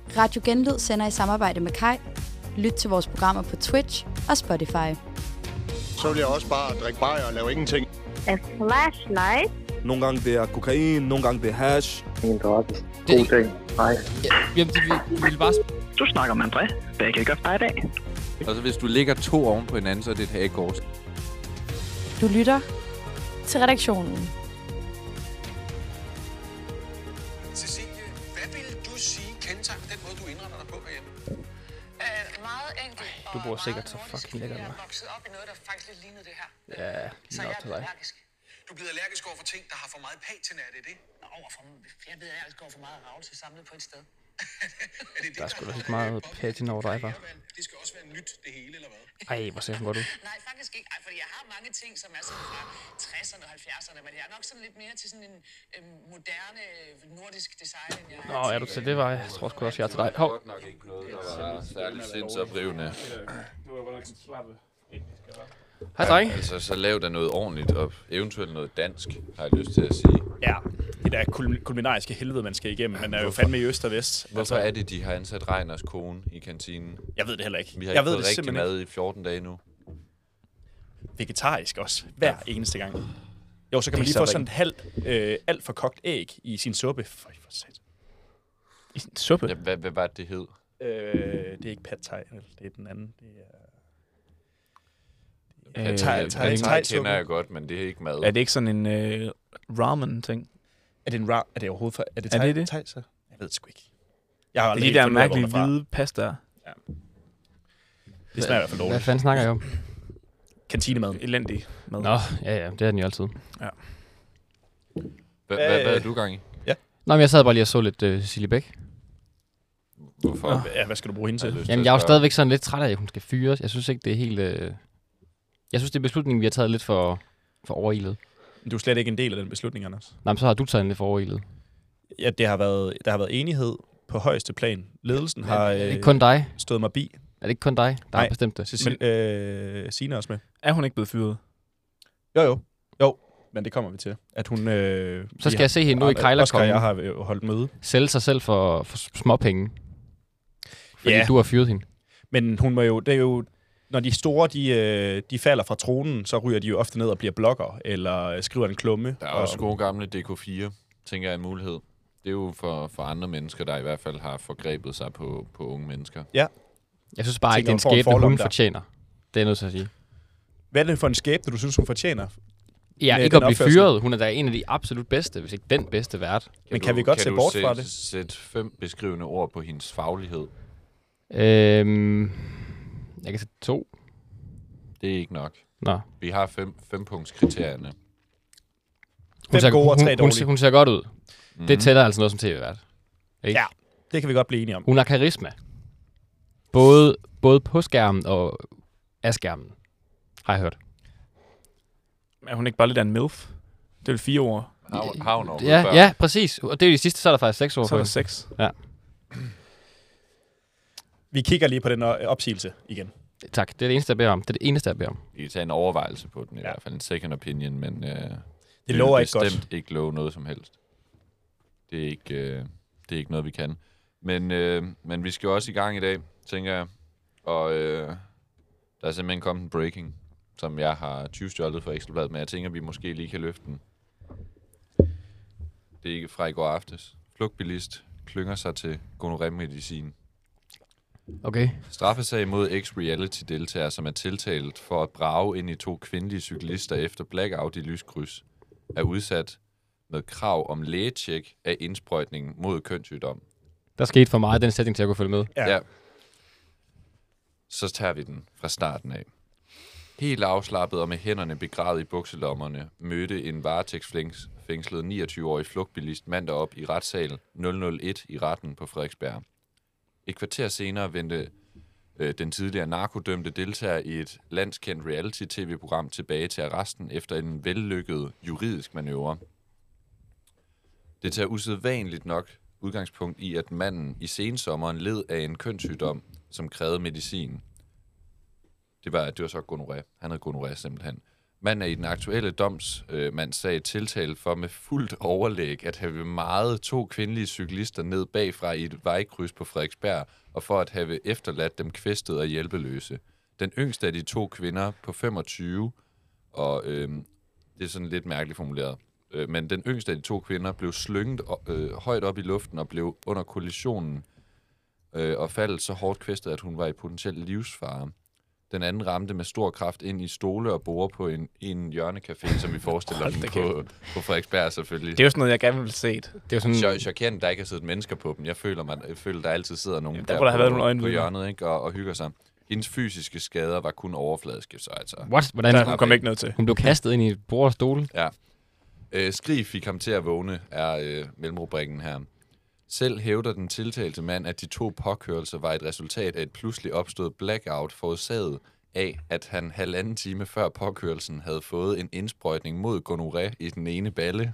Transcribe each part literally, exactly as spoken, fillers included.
Radio Genlyd sender i samarbejde med Kai. Lyt til vores programmer på Twitch og Spotify. Så vil jeg også bare drikke bajer og lave ingenting. A flashlight? Nogle gange det er kokain, nogle gange det er hash. En drop. God ting. Nej. Ja, jamen, det vil, vil bare... Du snakker med André. Hvad kan jeg gøre for dig i dag? Altså, hvis du ligger to oven på hinanden, så er det et hagekors. Du lytter til redaktionen. Cecilie, hvad vil du sige kendetegner den måde, du indretter dig på herhjemme? Øh, meget enkelt. Du bor sikkert så fucking lækkert. Jeg er vokset op i noget, der faktisk lidt lignede det her. Ja, så jeg er blevet allergisk. Du er blevet allergisk over for ting, der har for meget patina, er det det? Overfor, jeg er blevet allergisk over for meget ravelse samlet på et sted. er det det, der er sgu da ikke meget patina over dig, var. Det skal også være nyt, det hele, eller hvad? Ej, hvor ser han godt ud. Nej, faktisk ikke. Ej, fordi jeg har mange ting, som er sådan fra tresserne og halvfjerdserne, men jeg er nok sådan lidt mere til sådan en øhm, moderne nordisk design, end jeg Nå, er du til det vej? Jeg tror sgu også, jeg er til dig. Hov. Det var nok ikke noget, der var særligt sindsoprivende. Hej, dreng. Altså, så lav der noget ordentligt og eventuelt noget dansk, har jeg lyst til at sige. Ja, det der kul- kulinariske helvede, man skal igennem. Man er jo fandme i øst og vest. Hvorfor altså, er det, de har ansat Reiners kone i kantinen? Jeg ved det heller ikke. Vi har jeg ikke ved fået det rigtig mad i fjorten dage nu. Vegetarisk også. Hver ja. eneste gang. Jo, så kan man lige få sådan et halvt, øh, alt for kogt æg i sin suppe. For, for sat. I sin suppe? Ja, hvad, hvad var det, det hed? Øh, det er ikke pad thai, det er den anden. Det er... Pad thai, thai, thai kender jeg godt, men det er ikke mad. Er det ikke sådan en øh, ramen-ting? Er det en ra- Er det overhovedet for... Er det thai? Er det det? Thai, så? Jeg ved det sgu ikke. Jeg har det er de der mærkelige hvide pasta. Ja. Det smager i hvert fald dårligt. Hvad fanden snakker jeg om? Kantinemad. Elendig mad. Nå, ja, ja. Det er den jo altid. Ja. Hvad er du gang i? Ja. Nå, men jeg sad bare lige og så lidt uh, Cecilie Bæk. Hvorfor? Nå. Ja, hvad skal du bruge hende til? Jamen, jeg er jo stadigvæk sådan lidt træt af, at hun skal fyres. Jeg synes ikke, det er helt... Øh... Jeg synes, det er beslutningen, vi har taget lidt for, for overilet. Du er slet ikke en del af den beslutning, Anders. Nej, men så har du taget en lidt for overilet. Ja, det har været, der har været enighed på højeste plan. Ledelsen har er det ikke kun dig? stået mig bi. Er det ikke kun dig, der Nej. har bestemt det? Cecil- øh, Signe er også med. Er hun ikke blevet fyret? Jo, jo. Jo, men det kommer vi til. At hun... Øh, så skal jeg se hende nu i Krejlerkongen. Oscar og jeg har holdt møde. Sælge sig selv for, for småpenge. Fordi ja. du har fyret hende. Men hun må jo... Det er jo... Når de store, de, de falder fra tronen, så ryger de jo ofte ned og bliver blogger, eller skriver en klumme. Der er også gode gamle D K fire, tænker jeg, en mulighed. Det er jo for, for andre mennesker, der i hvert fald har forgrebet sig på, på unge mennesker. Ja. Jeg synes bare ikke, det er en skæbne, hun fortjener. Det er nødt til at sige. Hvad er det for en skæbne, du synes, hun fortjener? Ja, ikke at blive fyret. Hun er da en af de absolut bedste, hvis ikke den bedste vært. Kan Men kan du, vi godt se bort fra det? Kan du sætte fem beskrivende ord på hendes faglighed? Øhm, jeg kan sætte to. Det er ikke nok. Nå. Vi har fem, fempunktskriterierne. Fem hun ser, gode og tre hun, dårlige. Hun, hun ser godt ud. Mm. Det Mhm. tæller altså noget som tv-vært. Ja, det kan vi godt blive enige om. Hun har karisma. Både, både på skærmen og af skærmen. Har jeg hørt. Er hun ikke bare lidt af en milf? Det er vel fire år. Havn over ja, ja, præcis. Og det er jo de sidste, så er der faktisk seks år. Så er der seks. Ja. Vi kigger lige på den opsigelse igen. Tak, det er det eneste, jeg beder om. Det er det eneste, jeg beder om. Vi kan tage en overvejelse på den i ja. hvert fald. En second opinion, men øh, det, det lover ikke godt. bestemt ikke love noget som helst. Det er ikke, øh, det er ikke noget, vi kan. Men, øh, men vi skal jo også i gang i dag, tænker jeg. Og øh, der er simpelthen kommet en breaking, som jeg har tyvstjålet for Ekstra Bladet, men jeg tænker, vi måske lige kan løfte den. Det er ikke fra i går aftes. Flugtbilist klynger sig til gonorrhea-medicin. Okay. Straffesag mod ex-reality-deltager, som er tiltalt for at brage ind i to kvindelige cyklister efter blackout i lyskryds, er udsat med krav om lægetjek af indsprøjtning mod kønssygdom. Der skete for meget den sætning til at kunne følge med. Ja. ja. Så tager vi den fra starten af. Helt afslappet og med hænderne begravet i bukselommerne, mødte en varetægtsfængslet niogtyve-årig flugtbilist mandag op i retssal nul nul et i retten på Frederiksberg. Et kvarter senere vendte øh, den tidligere narkodømte deltager i et landskendt reality-tv-program tilbage til arresten efter en vellykket juridisk manøvre. Det tager usædvanligt nok udgangspunkt i, at manden i sensommeren led af en kønssygdom, som krævede medicin. Det var, det var så gonorrhea. Han havde gonorrhea simpelthen. Man er i den aktuelle domsmandssag øh, tiltalt for med fuldt overlæg at have meget to kvindelige cyklister ned bagfra i et vejkryds på Frederiksberg, og for at have efterladt dem kvæstet og hjælpeløse. Den yngste af de to kvinder på femogtyve, og øh, det er sådan lidt mærkeligt formuleret, øh, men den yngste af de to kvinder blev slynget øh, højt op i luften og blev under kollisionen øh, og faldt så hårdt kvæstet, at hun var i potentiel livsfare. Den anden ramte med stor kraft ind i stole og borde på en, en hjørnecafé, som vi forestiller dem på, på Frederiksberg selvfølgelig. Det er jo sådan noget, jeg gerne ville have set. Det er jo sådan... Ch- chokerende, der ikke har siddet mennesker på dem. Jeg føler, man, jeg føler der altid sidder nogen ja, der, der, der på, været nogle på hjørnet ikke, og, og hygger sig. Hendes fysiske skader var kun overfladiske, så altså... What? Hvordan? Der, hun kom ikke noget til. Hun blev kastet ind i et bord og stole? Ja. Øh, skrig fik ham til at vågne, er øh, mellemrubrikken her. Selv hævder den tiltalte mand, at de to påkørelser var et resultat af et pludselig opstået blackout forårsaget af, at han halvanden time før påkørelsen havde fået en indsprøjtning mod gonorré i den ene balle.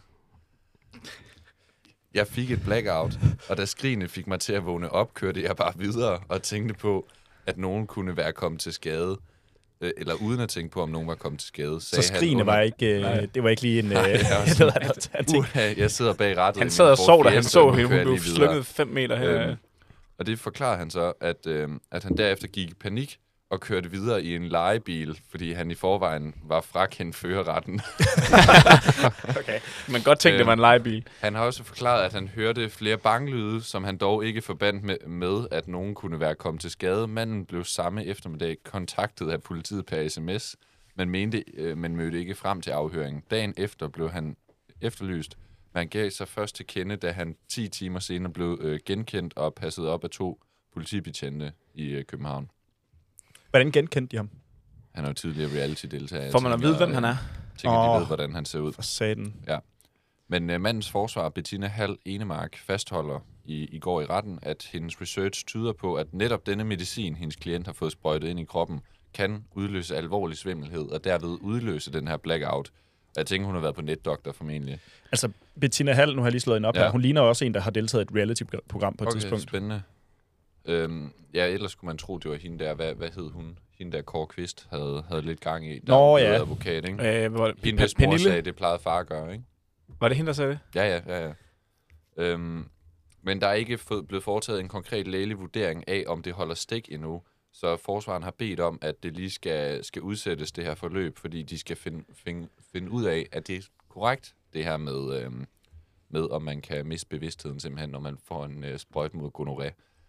Jeg fik et blackout, og da skrigene fik mig til at vågne op, kørte jeg bare videre og tænkte på, at nogen kunne være kommet til skade. Eller uden at tænke på, om nogen var kommet til skade. Så skrigene under... var ikke, øh, det var ikke lige en... Nej, øh, jeg, sådan, uh, jeg sidder bag rattet. Han sad og sov, da han så hende. Hun blev slynget fem meter her. Øhm, og det forklarer han så, at, øh, at han derefter gik i panik og kørte videre i en lejebil, fordi han i forvejen var frakendt førerretten. Okay, man godt tænke, det var en lejebil. Han har også forklaret, at han hørte flere banglyde, som han dog ikke forbandt med, med, at nogen kunne være kommet til skade. Manden blev samme eftermiddag kontaktet af politiet per sms, men, mente, øh, men mødte ikke frem til afhøringen. Dagen efter blev han efterlyst, men han gav sig først til kende, da han ti timer senere blev øh, genkendt og passet op af to politibetjente i øh, København. Hvordan genkendte de ham? Han er jo tidligere reality-deltager. Får man at vide, hvem han er? Tænker, oh, de ved, hvordan han ser ud. For satan. Ja. Men uh, mandens forsvar, Bettina Hall Enemark, fastholder i, i går i retten, at hendes research tyder på, at netop denne medicin, hendes klient har fået sprøjtet ind i kroppen, kan udløse alvorlig svimmelhed, og derved udløse den her blackout. Og jeg tænker, hun har været på netdoktor formentlig. Altså, Bettina Hall, nu har jeg lige slået hende op ja. her, hun ligner også en, der har deltaget i et reality-program på et okay, tidspunkt. Spændende. Øhm, ja, ellers skulle man tro, det var hende der. Hvad, hvad hed hun? Hende der Kåre Kvist havde, havde lidt gang i. Der Nå ja. Advokat, ikke? Øh, var det, hende, hvis mor sagde, det plejede far at gøre, ikke? Var det hende, der sagde det? Ja, ja, ja. ja. Øhm, men der er ikke fået, blevet foretaget en konkret lægelig vurdering af, om det holder stik endnu. Så forsvaren har bedt om, at det lige skal, skal udsættes, det her forløb, fordi de skal finde, finde, finde ud af, at det er korrekt, det her med, øhm, med om man kan miste bevidstheden simpelthen, når man får en øh, sprøjt mod gonorré.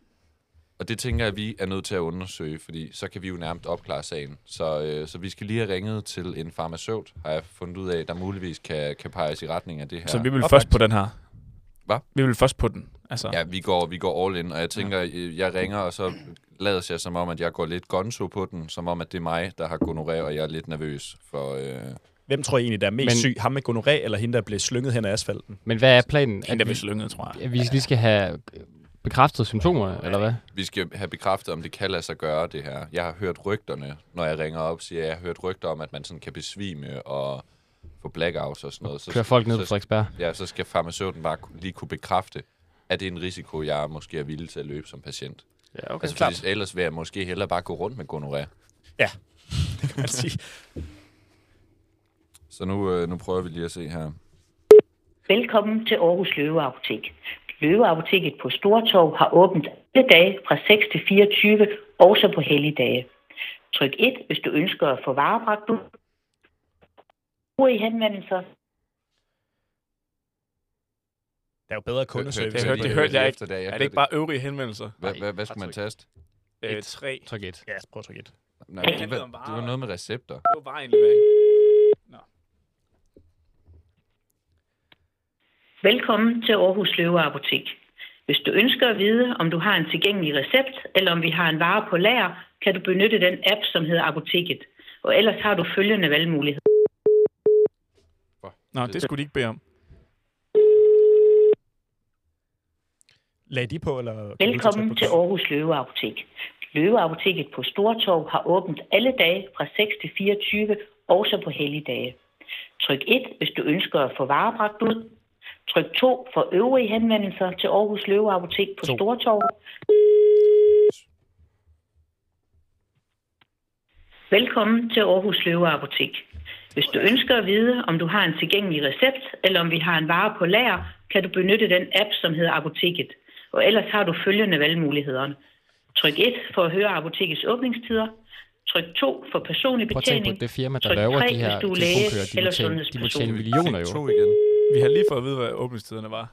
Og det tænker jeg, at vi er nødt til at undersøge, fordi så kan vi jo nærmest opklare sagen. Så, øh, så vi skal lige have ringet til en farmaceut, har jeg fundet ud af, der muligvis kan, kan peges i retning af det her. Så vi vil opretning. først på den her? Hvad? Vi vil først på den. Altså. Ja, vi går, vi går all in, og jeg tænker, ja. jeg ringer, og så lader jeg som om, at jeg går lidt gonzo på den, som om, at det er mig, der har gonorré, og jeg er lidt nervøs for... Øh... Hvem tror I egentlig, der er mest men, syg? Ham med gonorré, eller hende, der blev slynget hen ad asfalten? Men hvad er planen? Hende, der blev slynget, tror jeg. At vi lige skal have bekræftet symptomer, ja. eller hvad? Vi skal have bekræftet, om det kan lade sig gøre, det her. Jeg har hørt rygterne, når jeg ringer op, siger jeg, jeg har hørt rygter om, at man sådan kan besvime og få blackouts og sådan noget. Så kører folk ned på Frederiksberg? Ja, så skal farmaceuten bare lige kunne bekræfte, at det er en risiko, jeg måske er villig til at løbe som patient. Ja, okay. Altså, fordi ellers vil jeg måske hellere bare gå rundt med gonorré. Ja, det kan man sige. Så nu, øh, nu prøver vi lige at se her. Velkommen til Aarhus Løve Apotek. Løve Apoteket på Stortorv har åbent alle dage fra seks til fireogtyve, også på helligdage. Tryk et, hvis du ønsker at få varebragt ud. I henvendelser. Der er jo bedre kundeservice. Det hørte, det hørte jeg ikke. Jeg er det ikke bare øvrige henvendelser? Hvad, hvad, hvad skal man taste? Øh, tre. Tryk et. Ja, prøv at trykke et. Nej, det, det, var, det var noget med recepter. Det var vareindlevering. Nå. Velkommen til Aarhus Løve Apotek. Hvis du ønsker at vide, om du har en tilgængelig recept, eller om vi har en vare på lager, kan du benytte den app, som hedder Apoteket. Og ellers har du følgende valgmuligheder. Nå, det skulle de ikke bede om. Lad de på, eller... Velkommen til Aarhus Løve Apotek. Løve Apoteket på Stortorv har åbent alle dage fra seks til fireogtyve, også på helligdage. Tryk et, hvis du ønsker at få varebragt ud. Tryk to for øvrige henvendelser til Aarhus Løve Apotek på to. Stortorv. Velkommen til Aarhus Løve Apotek. Hvis du ønsker at vide, om du har en tilgængelig recept, eller om vi har en vare på lager, kan du benytte den app, som hedder Apoteket. Og ellers har du følgende valgmuligheder. Tryk et for at høre apotekets åbningstider. Tryk to for personlig Prøv at tænke betjening. på, det firma, der Tryk laver tre, de her hvis du er læge telefonkører, de eller må tjene, de må tjene sundhedsperson. millioner jo. To igen. Vi har lige fået at vide, hvad åbningstiderne var.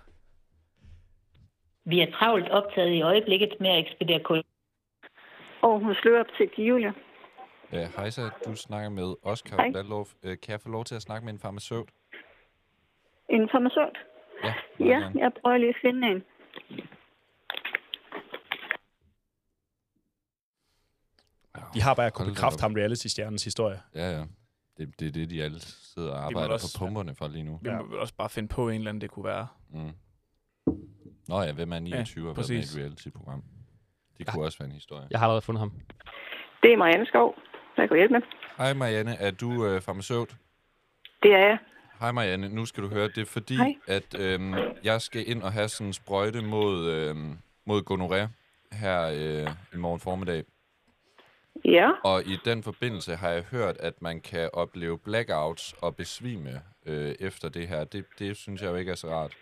Vi er travlt optaget i øjeblikket med at ekspedere kul. Aarhus Løbeapotek til Julia. Ja, hej så, du snakker med Oscar Hej. Valdorf. Øh, Kan jeg få lov til at snakke med en farmaceut? En farmaceut? Ja, Ja, jeg prøver lige at finde en. De har bare kunnet Hold da bekræfte op. ham reality-stjernens historie. Ja, ja. Det, det er det, de alle sidder og Vi må arbejder også- på pumperne for lige nu. Vi må vel også bare finde på en eller anden, det kunne være. Mm. Nå ja, hvem er niogtyve og ja, med præcis. et reality-program? Det kunne også være en historie. Jeg har allerede fundet ham. Det er Marianne Skov. Hvad kan jeg hjælpe med? Hej Marianne, er du øh, farmaceut? Det er jeg. Hej Marianne, nu skal du høre, det er fordi, Hej. at øhm, jeg skal ind og have sådan en sprøjte mod, øhm, mod gonorrhea her øh, i morgen formiddag. Ja. Og i den forbindelse har jeg hørt, at man kan opleve blackouts og besvime øh, efter det her. Det, det synes jeg jo ikke er så rart.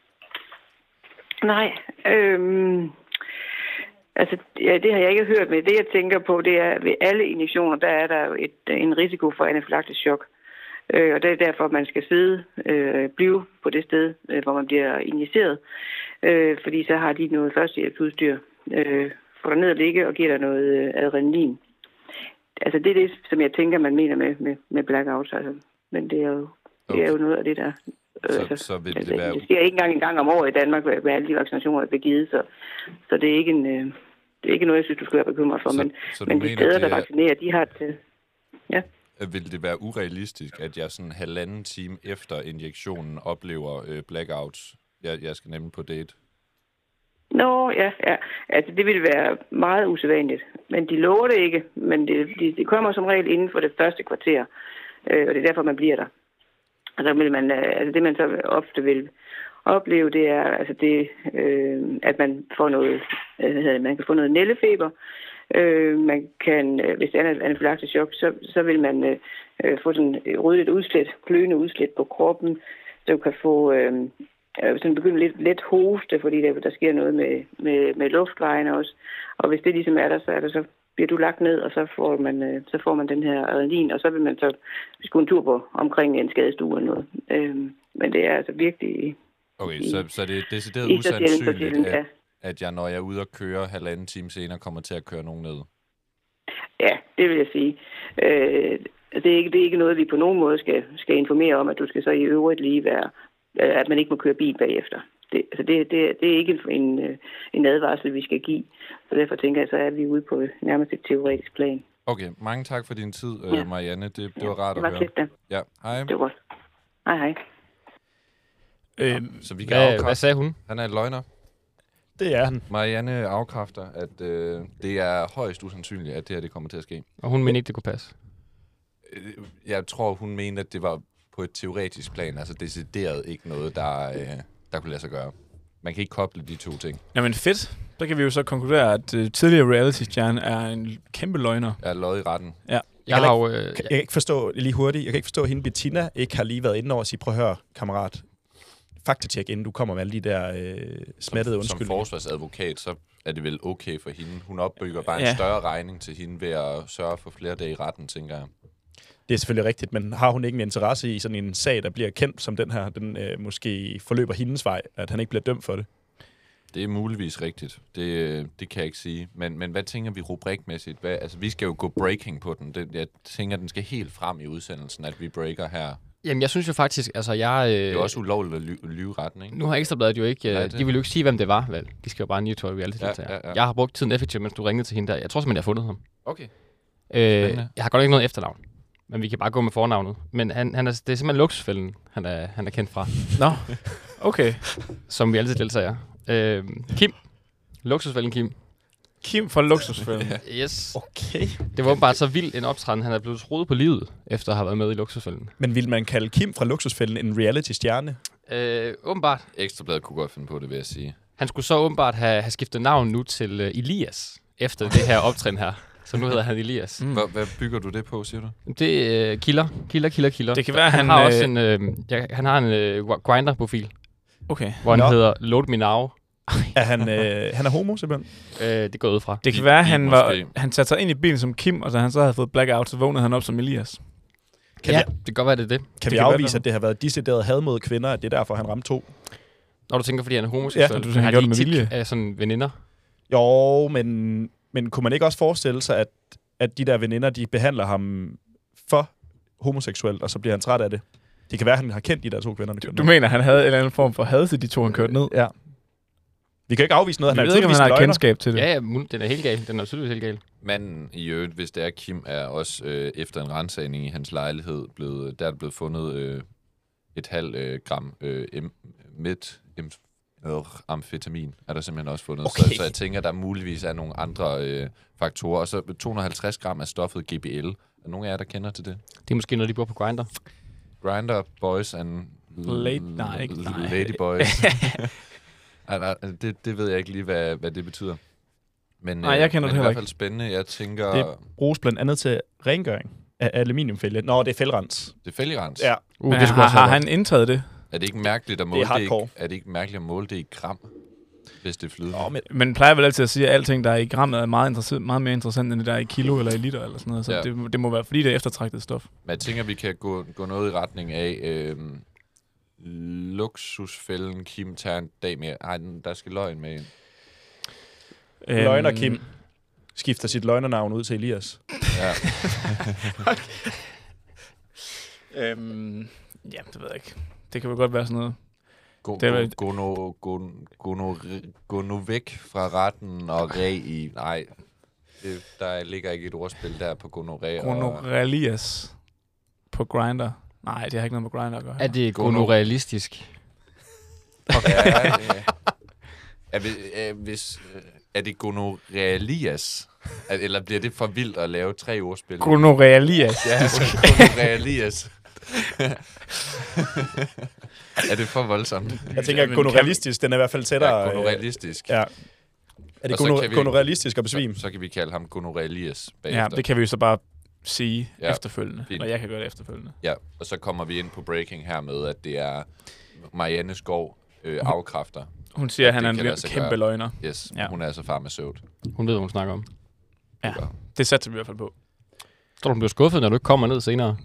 Nej. Øhm, altså, ja, det har jeg ikke hørt, men det jeg tænker på, det er, at ved alle injektioner, der er der jo et, en risiko for anafylaktisk chok. Øh, og det er derfor, at man skal sidde, øh, blive på det sted, øh, hvor man bliver injiceret. Øh, fordi så har de noget førstehjælpsudstyr. Øh, får dig ned og ligge og giver dig noget øh, adrenalin. Altså det er det, som jeg tænker, man mener med, med, med blackouts. Altså. Men det er, jo, det er jo noget af det, der... Så, altså, så vil det altså, være... det sker ikke engang en gang om året i Danmark, med alle de vaccinationer, der bliver givet. Så, så det er ikke en... Øh, det er ikke noget, jeg synes, du skal være bekymret for. Så- men så du men de mener, steder, det der er- vaccinerer, de har et... Ja. Vil det være urealistisk, at jeg sådan halvanden time efter injektionen oplever øh, blackouts? Jeg, jeg skal nemlig på date. Nå, ja, ja. Altså, det ville være meget usædvanligt. Men de lover det ikke. Men det, de, de kommer som regel inden for det første kvarter. Øh, og det er derfor, man bliver der. Og så vil man, øh, altså det man så ofte vil opleve, det er, altså det, øh, at man får noget, øh, hvad hedder det, man kan få noget nældefeber. Øh, man kan, øh, hvis det er anafylaktisk chok, så, så vil man øh, øh, få sådan rødligt udslæt, kløende udslæt på kroppen. Så du kan få øh, øh, sådan begynde lidt let hoste, fordi der, der sker noget med, med, med luftvejene også. Og hvis det ligesom er der, så er der så bliver du lagt ned, og så får man, øh, så får man den her adrenalin, og så vil man så skulle en tur på omkring en skadestue eller noget. Øh, men det er altså virkelig... Okay, i, så, så det er decideret i så sjældent, så usandsynligt, sjældent, at, ja. at jeg, når jeg er ude og køre halvanden time senere, kommer til at køre nogen ned. Ja, det vil jeg sige. Øh, det, er ikke, det er ikke noget, vi på nogen måde skal, skal informere om, at du skal så i øvrigt lige være, øh, at man ikke må køre bil bagefter. Det, altså det, det, det er ikke en, en, en advarsel, vi skal give. Så derfor tænker jeg, så er vi ude på nærmest et teoretisk plan. Okay, mange tak for din tid, Ja. øh, Marianne. Det, det var rart det var at høre. fedt, da. Ja, hej. Det var godt. Hej, hej. Øhm, Så vi kan Hvad- afkræfte- hvad sagde hun? Han er en løgner. Det er han. Marianne afkræfter, at øh, det er højst usandsynligt, at det her det kommer til at ske. Og hun mente ikke, det kunne passe. Øh, Jeg tror, hun mente, at det var på et teoretisk plan, altså decideret ikke noget, der, øh, der kunne lade sig gøre. Man kan ikke koble de to ting. Jamen fedt. Så kan vi jo så konkludere, at uh, tidligere reality-stjerne er en kæmpe løgner. Jeg er løjet i retten. Ja. Jeg kan har ikke, jo, øh, kan, jeg kan ikke forstå, lige hurtigt, jeg kan ikke forstå, at hende Bettina ikke har lige været inde over og sige, prøv at høre, kammerat, faktatjek, inden du kommer med alle de der øh, smattede Som undskyldninger. forsvarsadvokat, så er det vel okay for hende. Hun opbygger bare Ja. en større regning til hende ved at sørge for flere dage i retten, tænker jeg. Det er selvfølgelig rigtigt, men har hun ikke en interesse i sådan en sag, der bliver kendt som den her, den øh, måske forløber hendes vej, at han ikke bliver dømt for det? Det er muligvis rigtigt. Det, det kan jeg ikke sige. Men, men hvad tænker vi rubrikmæssigt? Hvad, altså, vi skal jo gå breaking på den. Det, jeg tænker, den skal helt frem i udsendelsen, at vi breaker her. Jamen, jeg synes jo faktisk, altså jeg... Øh, Det er jo også ulovligt at ly- lyve retten, ikke? Nu har Ekstrabladet jo ikke... Øh, Nej, Nej, det- de vil jo ikke sige, hvem det var, vel? De skal jo bare nytåre reality-deltager. Ja, ja, ja. Jeg har brugt tiden effektivt, mens du ringede til hende der. Jeg tror simpelthen, jeg har fundet ham. Okay. Øh, Spændende. jeg har godt nok ikke noget efternavn. Men vi kan bare gå med fornavnet. Men han, han er, det er simpelthen luksusfælden, han er, han er kendt fra. Nå, okay. Som vi altid deltager. Øh, Kim. Luksusfælden Kim. Kim fra Luksusfælden. Yes. Okay. Det var bare så vildt en optræden. Han er blevet troet på livet, efter at have været med i Luksusfælden. Men vil man kalde Kim fra Luksusfælden en reality-stjerne? Øh, åbenbart. Ekstrabladet kunne godt finde på det, vil jeg sige. Han skulle så åbenbart have, have skiftet navn nu til uh, Elias, efter det her optræden her. Så nu hedder han Elias. Mm. Hvad, hvad bygger du det på, siger du? Det er øh, kilder. Kilder, kilder, kilder. Det kan være, han, han... har øh... også en, øh, ja, han har en øh, Grindr-profil. Okay. Hvor han Nå. hedder Load Me Now. Er han, øh, han er homo, simpelthen? Øh, det går ud fra. Det kan være, at han, var, han satte sig ind i bilen som Kim, og da han så havde fået blackout, så vågnede han op som Elias. Kan ja, vi, det kan godt være, det er det. Kan det vi kan afvise, at det har været decideret had mod kvinder, at det er derfor, han ramte to? Når du tænker, fordi han er homoseksuel, ja, du tænker, han gjorde det med vilje. Af sådan veninder? Jo, men, men kunne man ikke også forestille sig, at, at de der veninder, de behandler ham for homoseksuelt, og så bliver han træt af det? Det kan være, at han har kendt de der to kvinder. Du, du mener, han havde en eller anden form for had til de to, han kørte ned? Ja. Vi kan ikke afvise noget, vi han ved ikke, om han har kendskab til det. Ja, ja, den er helt gal. Den er tydeligvis helt gal. Manden i øvrigt, hvis det er Kim, er også øh, efter en ransagning i hans lejlighed, blevet, der er blevet fundet øh, et halvt øh, gram øh, midt øh, amfetamin, er der simpelthen også fundet. Okay. Så, så jeg tænker, at der muligvis er nogle andre øh, faktorer. Og så to hundrede og halvtreds gram af stoffet G B L. Er nogen af jer, der kender til det? Det er måske noget, de bor på Grindr. Grindr, boys and Late, nej, ikke, nej. lady boys. Ej, nej, det, det ved jeg ikke lige, hvad, hvad det betyder. Men, nej, jeg kender men det i hvert ikke. fald spændende. Jeg tænker... Det bruges blandt andet til rengøring af aluminiumfælge. Nå, det er fælgrens. Det er fælgrens? Ja. Uh, Men det har, har han indtaget det? Er det ikke mærkeligt at måle det, det, i, er det ikke mærkeligt at måle det i gram, hvis det er flydende? Oh, men, men plejer vel altid at sige, at alting, der er i gram, er meget, meget mere interessant, end det der er i kilo eller i liter eller sådan noget. Så ja. det, det må være, fordi det er eftertragtet stof. Men jeg tænker, vi kan gå, gå noget i retning af øh, luksusfælden Kim tager en dag mere. Ej, der skal løgn med ind. Øhm, Løgner Kim skifter sit løgnernavn ud til Elias. Ja. øhm, ja, det ved jeg ikke. Det kan vel godt være sådan noget. Gå, gå, gå, gå, nu, gå, gå, nu, gå nu væk fra retten og ræ i... Nej, det, der ligger ikke et ordspil der på gonorrhea. Gonorrhelias på Grindr. Nej, det har ikke noget med Grindr at gøre. Er det gonorrealistisk? Okay, ja, ja, ja. Er, vi, er, hvis, er det gonorrhealias? Eller bliver det for vildt at lave tre ordspil? Gonorrhealias. Ja, gonorrhealias. Er det for voldsomt? Jeg tænker, at gonorrealistisk, den er i hvert fald tættere... Ja, gonorrealistisk. Ja. Er det gonor- gonorrealistisk at besvime? Så, så kan vi kalde ham gonorrhealias bagefter. Ja, det kan vi jo så bare sige ja, efterfølgende. Fint. Og jeg kan gøre det efterfølgende. Ja, og så kommer vi ind på breaking her med, at det er Marianne Skov øh, afkræfter. Hun siger, at han er en kæmpe gøre. løgner. Yes, ja. Hun er altså farmaceut. Hun ved, hvad hun snakker om. Ja, det satte vi i hvert fald på. Tror du, hun bliver skuffet, når du ikke kommer ned senere?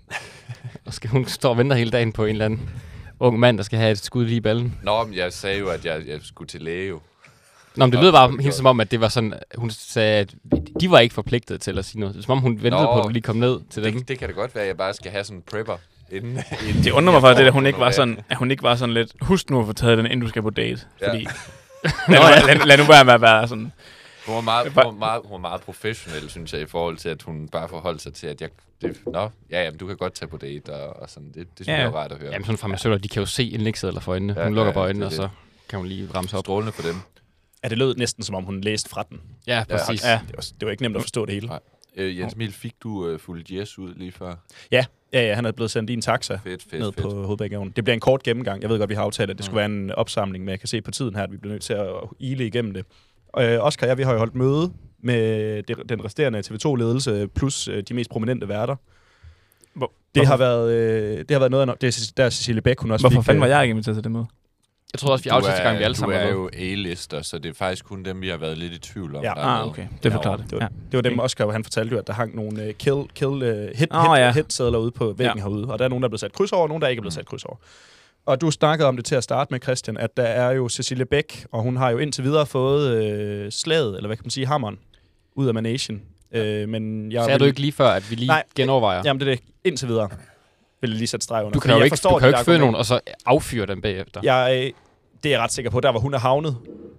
Og skal hun stå og vente hele dagen på en eller anden ung mand, der skal have et skud lige i ballen? Nå, men jeg sagde jo, at jeg, jeg skulle til læge jo. Nå, men det lød bare helt som om, at det var sådan... Hun sagde, at de var ikke forpligtet til at sige noget. Som om hun ventede Nå, på, at du lige kom ned til det, dem. Det kan det godt være, at jeg bare skal have sådan en prepper. Inden, inden det undrer mig faktisk, at hun ikke var sådan, at hun ikke var sådan lidt... Husk nu at få taget den, inden du skal på date. Ja. Fordi... lad, nu, lad, lad nu være med at være sådan... Hun var, meget, hun, var meget, hun var meget professionel, synes jeg, i forhold til, at hun bare forholdt sig til, at jeg... Det, nå, ja, jamen, du kan godt tage på date og, og sådan. Det, det synes ja. jeg er rart at høre. Jamen, sådan farmaceuter, de kan jo se en lægseddel for øjnene. Ja, hun lukker ja, bare øjnene, og så kan hun lige ramse op. Strålende for dem. Ja, det lød næsten, som om hun læste fra den. Ja, præcis. Ja, det, var, det var ikke nemt at forstå det hele. Nej. Øh, Jens Emil, fik du uh, fuld yes ud lige før? Ja, ja, ja, han er blevet sendt i en taxa fedt, fedt, ned fedt. på Hovedbækgaven. Det bliver en kort gennemgang. Jeg ved godt, vi har aftalt, at det mm. skulle være en opsamling, men jeg kan se på tiden her, at vi bliver nødt til at ile igennem det. Øh, Oscar og jeg, vi har jo holdt møde med det, den resterende T V to-ledelse, plus øh, de mest prominente værter. Hvor, det, har været, øh, det har været noget af... Det er der Cecilie Bæk, hun også Hvorfor fik... fanden var jeg ikke inviteret til det møde? Jeg tror også, vi aftalte gang, vi alle sammen Du er jo A-lister, så det er faktisk kun dem, vi har været lidt i tvivl om. Ja, der ah, okay. Det forklarer det. Det var, ja. det var dem, Oscar, han fortalte jo, at der hang nogle uh, kill, kill uh, hit, oh, hit, ja. hit-sædler ude på væggen ja. herude. Og der er nogen, der er blevet sat kryds over, og nogen, der ikke er blevet sat kryds over. Og du snakkede om det til at starte med, Christian, at der er jo Cecilie Bæk, og hun har jo indtil videre fået øh, slaget, eller hvad kan man sige, hammeren, ud af Manation. Øh, men jeg Sagde vil... du ikke lige før, at vi lige Nej, genovervejer? Jamen, det er det. Indtil videre vil jeg lige sætte streg under. Du kan jo ikke, du kan jo ikke føre nogen, og så affyre dem bagefter. Jeg, det er jeg ret sikker på, der hvor hun er havnet.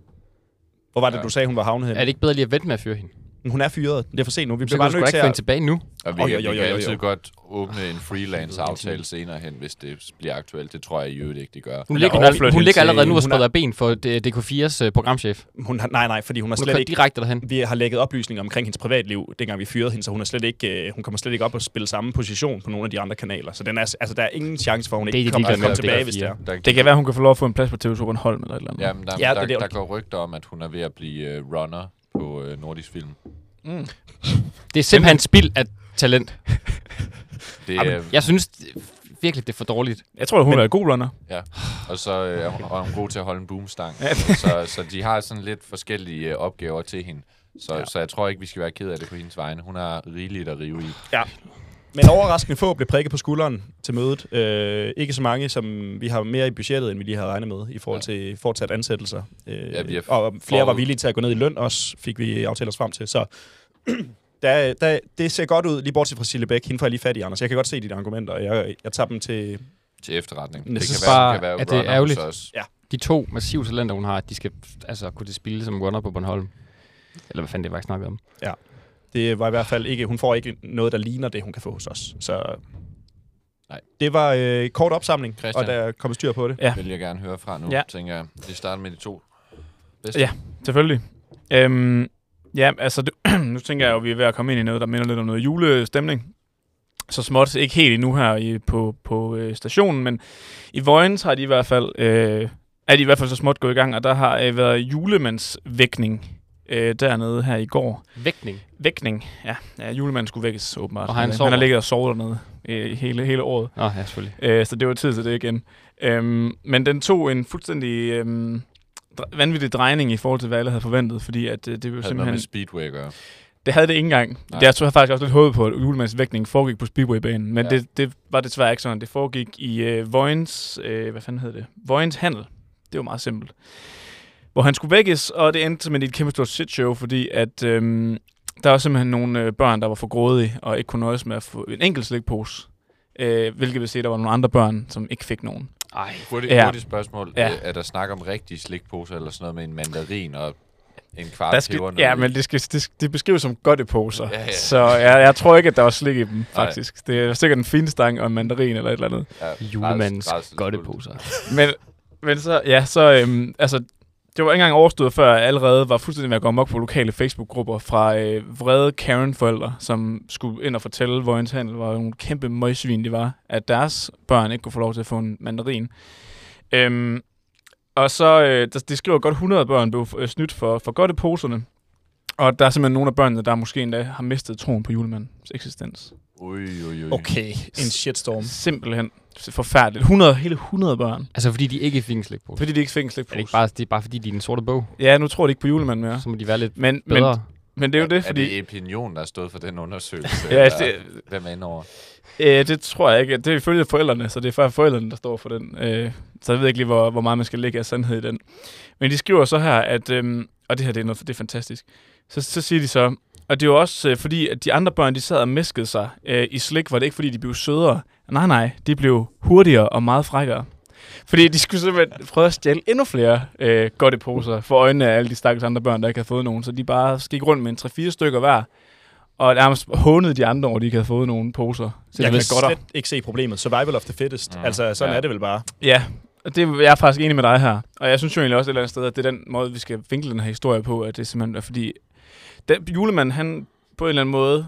Hvor var det, ja. du sagde, hun var havnet hen? Er det ikke bedre lige at vente med at fyre hende? Hun er fyret. Det er for sent nu. Vi bliver bare nødt til at... ikke tilbage nu. Og vi, oh, jo, jo, jo, jo, jo. vi kan altid godt åbne en freelance-aftale senere hen, hvis det bliver aktuelt. Det tror jeg i øvrigt ikke, det gør. Hun ligger, hun, hun ligger allerede nu og spreder ben for D K fires uh, programchef. Hun har, nej, nej, fordi hun har hun slet ikke... direkte derhen. Vi har lægget oplysninger omkring hendes privatliv, dengang vi fyrede hende, så hun, er slet ikke, uh, hun kommer slet ikke op og spille samme position på nogle af de andre kanaler. Så den er, altså, der er ingen chance for, at hun ikke det, kommer det, kom tilbage, hvis det er. Der, det kan være, hun kan få lov at få en plads på T V to Bornholm eller et eller andet. Jamen, der, ja, der, der, der går rygter om, at hun er ved at blive uh, runner på uh, Nordisk Film. Mm. Det er simpelthen spild af talent. Det, Jamen, øh, jeg synes virkelig, det er for dårligt. Jeg tror, hun er god runner. Ja, og så øh, er hun- og hun god til at holde en boomstang. Ja. så, så de har sådan lidt forskellige øh, opgaver til hende. Så, Ja. ja. så jeg tror ikke, vi skal være ked af det på hendes vegne. Hun har rigeligt at rive i. Ja. Men overraskende få blev prikket på skulderen til mødet. Øh, ikke så mange, som vi har mere i budgettet, end vi lige har regnet med, i forhold til ja. fortsat ansættelser. Øh, Ja, vi har og flere forud- var villige til at gå ned i løn også, fik vi aftalt os frem til. Så der, der, det ser godt ud, lige bortset fra Sille Bæk. Hende får jeg lige fat i, Anders. Jeg kan godt se dine argumenter, og jeg, jeg tager dem til... Til efterretning. Jeg Det synes kan være, bare, kan være at det er runner ærgerligt. hos os. Ja. De to massive talenter, hun har, de skal altså kunne det spille som runner på Bornholm. Eller hvad fanden det var, jeg snakkede om. Ja. Det var i hvert fald ikke... Hun får ikke noget, der ligner det, hun kan få hos os. Så... Nej. Det var øh, kort opsamling, Christian. og der er kommet styr på det. Ja. Vil jeg gerne høre fra nu, Ja. ja. tænker jeg. Vi starter med de to bedste. Ja, selvfølgelig. Øhm, ja, altså, det, nu tænker jeg jo, at vi er ved at komme ind i noget, der minder lidt om noget julestemning. Så småt, ikke helt endnu her i, på, på øh, stationen, men i Vojens har de i hvert fald, øh, er de i hvert fald så småt gået i gang, og der har øh, været julemandsvækning øh, dernede her i går. Vækning? Vækning, ja. ja julemanden skulle vækkes, åbenbart. Og han han, sover? han har ligget og sovet dernede øh, hele, hele året. Nå, ja, selvfølgelig. Øh, så det var tid til det igen. Øhm, men den tog en fuldstændig øhm, dre- vanvittig drejning i forhold til, hvad alle havde forventet, fordi at øh, det var Havde simpelthen... noget med Speedway at gøre. Det havde det ikke engang. Nej. Jeg tror jeg faktisk også lidt håbet på, at julemandsvægtning foregik på Speedway-banen, men Ja. det, det var desværre ikke sådan. Det foregik i øh, Vojens... Øh, hvad fanden hed det? Vojens Handel. Det var meget simpelt. Hvor han skulle vækkes, og det endte med et kæmpe stort shitshow, fordi at... Øhm, der var simpelthen nogle øh, børn, der var for grådige, og ikke kunne nøjes med at få en enkelt slikpose. Øh, hvilket vil sige, at der var nogle andre børn, som ikke fik nogen. Ej, hurtigt, Ja. hurtigt spørgsmål. Ja. Ja. Er der snak om rigtige slikposer, eller sådan noget med en mandarin og en kvart Der skal, peber? ja, men det, skal, det, det beskrives som godteposer. Ja, ja. Så jeg, jeg tror ikke, at der var slik i dem, faktisk. Nej. Det er sikkert en finstang og en mandarin eller et eller andet. Ja, Julemandens rædselsfuldt. godteposer. Men, men så, ja, så, øhm, altså, det var ikke engang overstået, før jeg allerede var fuldstændig ved at gå amok på lokale Facebook-grupper fra øh, vrede Karen-forældre, som skulle ind og fortælle, hvor ens handel var nogle kæmpe møgsvin, de var, at deres børn ikke kunne få lov til at få en mandarin. Øhm, og så, øh, der, de skriver godt hundrede børn blev øh, snydt for, for godteposerne. Og der er simpelthen nogle af børnene, der måske endda har mistet troen på julemandens eksistens. Ui, ui, ui. Okay, en shitstorm. Simpelthen forfærdeligt. hundrede, hele hundrede børn. Altså fordi de ikke fik en slikpose? Fordi de ikke fik en slikpose. Er det ikke bare, det er bare fordi, de er den sorte bog? Ja, nu tror de ikke på julemanden mere. Så må de være lidt men, bedre. Men, men det er jo det, Er fordi... det Opinion, der har stået for den undersøgelse? Ja, eller det- Hvem er inde over? Øh, det tror jeg ikke. Det er ifølge forældrene, så det er faktisk forældrene, der står for den. Øh, så jeg ved ikke lige, hvor, hvor meget man skal lægge af sandhed i den. Men de skriver så her, at... Øhm, og det her, det er, noget, det er fantastisk. Så, så siger de så... Og det er jo også øh, fordi, at de andre børn, de sad og mæskede sig øh, i slik, var det ikke fordi, de blev sødere. Nej, nej, de blev hurtigere og meget frækkere. Fordi de skulle simpelthen prøve at stjæle endnu flere øh, godteposer for øjnene af alle de stakkels andre børn, der ikke havde fået nogen. Så de bare gik rundt med en tre-fire stykker hver, og nærmest hånede de andre over, de ikke havde fået nogen poser. Så jeg kan slet ikke se problemet. Survival of the fittest. Mm. Altså, sådan Ja. ja. er det vel bare. Ja, og det, jeg er faktisk enig med dig her. Og jeg synes jo egentlig også et eller andet sted, at det er den måde, vi skal vinkle den her historie på, at det simpelthen er fordi... Den, julemanden, han på en eller anden måde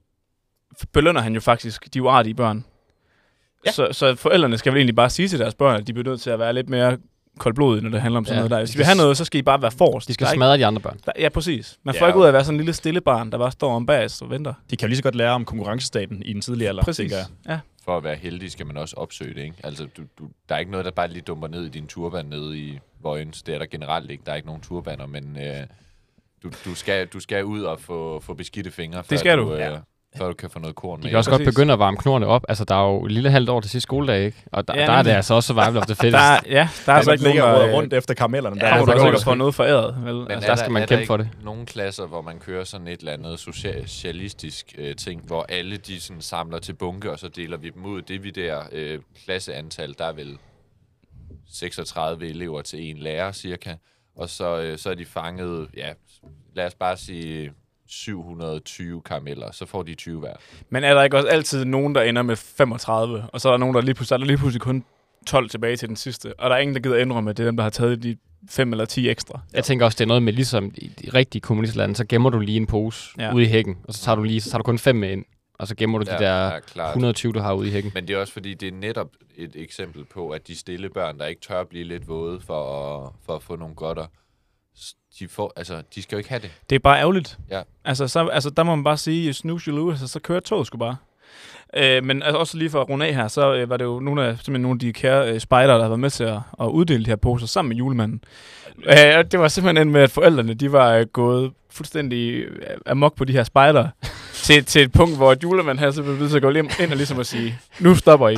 belønner han jo faktisk de uartige børn. Ja. Så, så forældrene skal vel egentlig bare sige til deres børn, at de bliver nødt til at være lidt mere koldblodige, når det handler om sådan Ja. noget der. Hvis de vil have noget, så skal I bare være forrest. De skal Der er ikke- smadre de andre børn. Der, ja, præcis. Man får Ja, ikke og- ud af at være sådan en lille stille barn, der bare står om bag og venter. De kan jo lige så godt lære om konkurrencestaten i den tidlige alder, Præcis. tænker jeg. Ja. For at være heldig skal man også opsøge det, ikke? Altså, du, du, der er ikke noget, der bare lige dumper ned i din turban nede i Vojens. Det er der generelt ikke. Der er ikke nogen turbaner, men øh, du, du, skal, du skal ud og få, få beskidte fingre, før skal du, du. øh, Ja. før du kan få noget korn De med. kan også godt begynde at varme knorrene op. Altså, der er jo et lille halvt år til sidste skoledag, ikke? Og der, Ja, ja, der er det nemlig. altså også survival of the fittest. Der er, ja, der er altså ikke nogen, ligger der og rundt efter karamellerne. Ja, Der der er kommer der du godt ikke få noget foræret. Vel? Men Altså, er der skal man er kæmpe der for ikke det. nogle klasser, hvor man kører sådan et eller andet socialistisk øh, ting, hvor alle de sådan samler til bunke, og så deler vi dem ud. Det vi der øh, klasseantal, der er vel seksogtredive elever til en lærer cirka, og så, øh, så er de fanget, ja, lad os bare sige syv hundrede og tyve karameller, så får de tyve hver. Men er der ikke også altid nogen, der ender med femogtredive, og så er der nogen, der lige pludselig, der er lige pludselig kun tolv tilbage til den sidste, og der er ingen, der gider indrømme, at det er dem, der har taget de fem eller ti ekstra. Jeg tænker også, det er noget med, ligesom i de rigtige kommunistlande, så gemmer du lige en pose Ja. ja. ude i hækken, og så tager du lige, så tager du kun fem med ind, og så gemmer du Ja, de der ja, klart. hundrede og tyve, du har ude i hækken. Men det er også fordi, det er netop et eksempel på, at de stille børn, der ikke tør blive lidt våde for at, for at få nogle godter, s- de, får, altså, de skal jo ikke have det. Det er bare ærgerligt. Ja. Altså, så, altså, der må man bare sige, snooze you lose, altså, så kører toget sgu bare. Øh, men altså, også lige for at runde af her, så øh, var det jo nogle af, simpelthen nogle af de kære øh, spejdere, der har været med til at, at uddele de her poser sammen med julemanden. Øh, og det var simpelthen en med, at forældrene, de var øh, gået fuldstændig øh, amok på de her spejdere, til, til et punkt, hvor julemanden her så blev nødt til at gå ind og ligesom at sige, nu stopper I.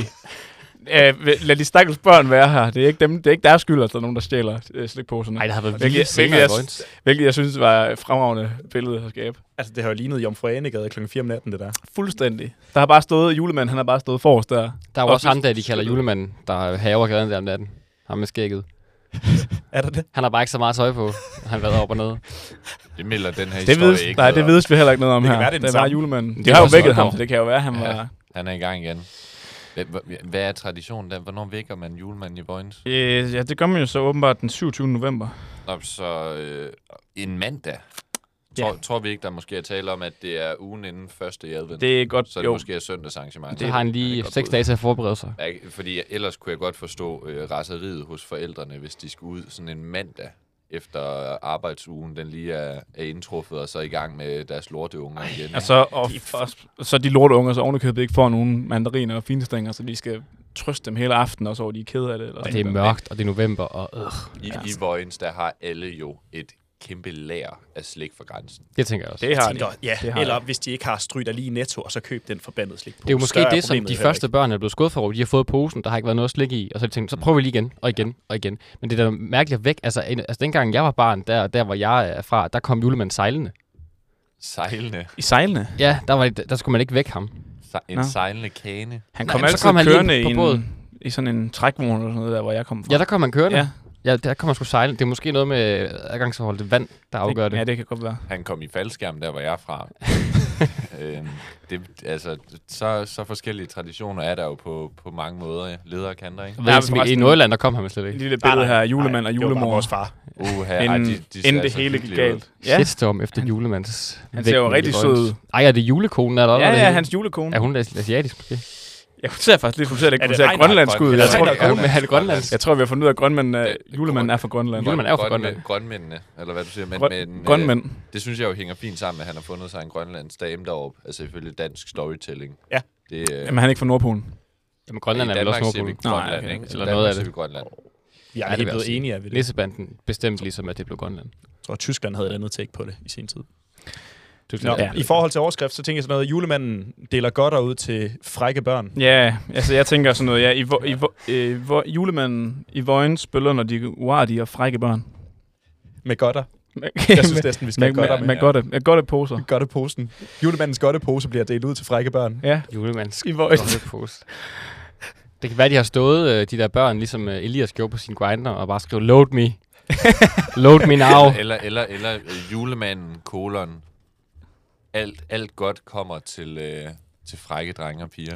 Øh, lad de stakkels børn være her. Det er ikke dem, det er ikke deres skyld, at der er nogen, der stjæler øh, slikposerne. Nej, det har været hvilket, vildt hvilket, senere jeg, hvilket jeg synes var et fremragende billede at skabe. Altså, det har jo lignet Jomfru Anegade klokken fire om natten, det der. Fuldstændig. Der har bare stået, julemanden, han har bare stået forrest der. Der er jo også ham der, de kalder julemanden, der haver gaden der om natten. Ham med skægget. Er der det? Han har bare ikke så meget tøj på. Han har været op og ned. Det melder den her det historie vides, ikke. Nej, det vides vi heller ikke noget om det her. Være, det, det var julemanden. De det har jo vækket ham, så det kan jo være, han ja, var... Han er i gang igen. Hvad er traditionen der? Hvornår vækker man julemanden i Vojens? Øh, ja, det gør man jo så åbenbart den syvogtyvende november. Nå, så øh, en mandag. Tror, ja. tror vi ikke, der måske er tale om, at det er ugen inden første i advent? Det er godt, Så er det jo. måske er søndagsarrangement. Det har han lige seks dage til at forberede sig. Ja, fordi ellers kunne jeg godt forstå øh, raseriet hos forældrene, hvis de skulle ud sådan en mandag efter arbejdsugen, den lige er, er indtruffet, og så i gang med deres lorteunger igen. Og så, og, og, så de lorteunger, så ovenikøbet ikke får nogen mandariner og finestænger, så de skal trøste dem hele aftenen, også over de er kede af det. Eller og det er mørkt, og det er november, og øh. I, ja. I Vojens, der har alle jo et kæmpe lager af slik for grænsen. Det tænker jeg også. Det har jeg de. Ja, det har eller jeg. Hvis de ikke har stryger lige Netto, og så køb den forbandede slikpose. Det er jo måske det, som de første ikke. børn er blevet skudt for. De har fået posen, der har ikke været noget slik i, og så har de tænkt, så prøver vi lige igen, og igen, og igen. Men det er da mærkeligt væk. Altså, en, altså dengang jeg var barn, der, der hvor jeg er fra, der kom julemanden sejlende. Sejlende? I sejlende? Ja, der, var, der skulle man ikke væk ham. Se- en Nå. sejlende kane? Han kom Nej, altid kom kørende i, en, i sådan en trækvogn eller sådan noget der, hvor jeg kom fra. Ja, der kom han kørende. Ja. Ja, der kommer sgu sejle. Det er måske noget med adgangsforhold til vand, der afgør det. Ja, det kan godt være. Han kom i faldskærm, der hvor jeg er fra. øhm, det, altså, så, så forskellige traditioner er der jo på, på mange måder. Ja. Ledere kan der, ikke? Ja, ja, I Nordjylland, der kom han slet ikke. Lille billede her, julemand og julemor. Det var vores far. Uh, her, inden, ej, de, de inden det hele gik galt. Ja. Shitstorm efter julemands. Han ser jo rigtig sød ud. Ej, er det julekonen? Er der ja, ja, ja, hans julekone. Er hun asiatisk måske? Ja, hun ser faktisk lidt, hun ser lidt, hun ser grønlandsk ud. Jeg tror, er det grønlandsk? Jeg tror, vi har fundet ud af, at grønmanden, julemanden er fra Grønland. Julemanden er fra Grønland. Grønmændene, eller hvad du siger. Men, Grøn, men, grønmænd. Øh, det synes jeg jo hænger fint sammen, at han har fundet sig en grønlandsk dame deroppe. Altså ifølge dansk storytelling. Ja. Det, øh, Jamen, han er ikke fra Nordpolen. Jamen, Grønland er vel også Nordpolen. Grønland, ikke? Eller noget af det. Grønland. Vi er helt blevet enige af det. Nissebanden bestemte ligesom, at det blev Grønland. Jeg tror, at Tyskland havde et andet take på det i sin tid. Nå, ja. I forhold til overskrift, så tænker jeg sådan noget, julemanden deler godter ud til frække børn. Ja, altså jeg tænker sådan noget, ja, i, vo, i, vo, i vo, julemanden i Vojens belønner de uartige og frække børn. Med godter. Jeg synes næsten, vi skal have godter med. Med godte, med godte poser. Godteposen. Julemandens godtepose bliver delt ud til frække børn. Ja. Julemandens godtepose. Det kan være, de har stået, de der børn, ligesom Elias gjorde på sin grinder, og bare skrev, load me. Load me now. Eller, eller, eller, eller julemanden, kolon. Alt, alt godt kommer til, øh, til frække drenge og piger.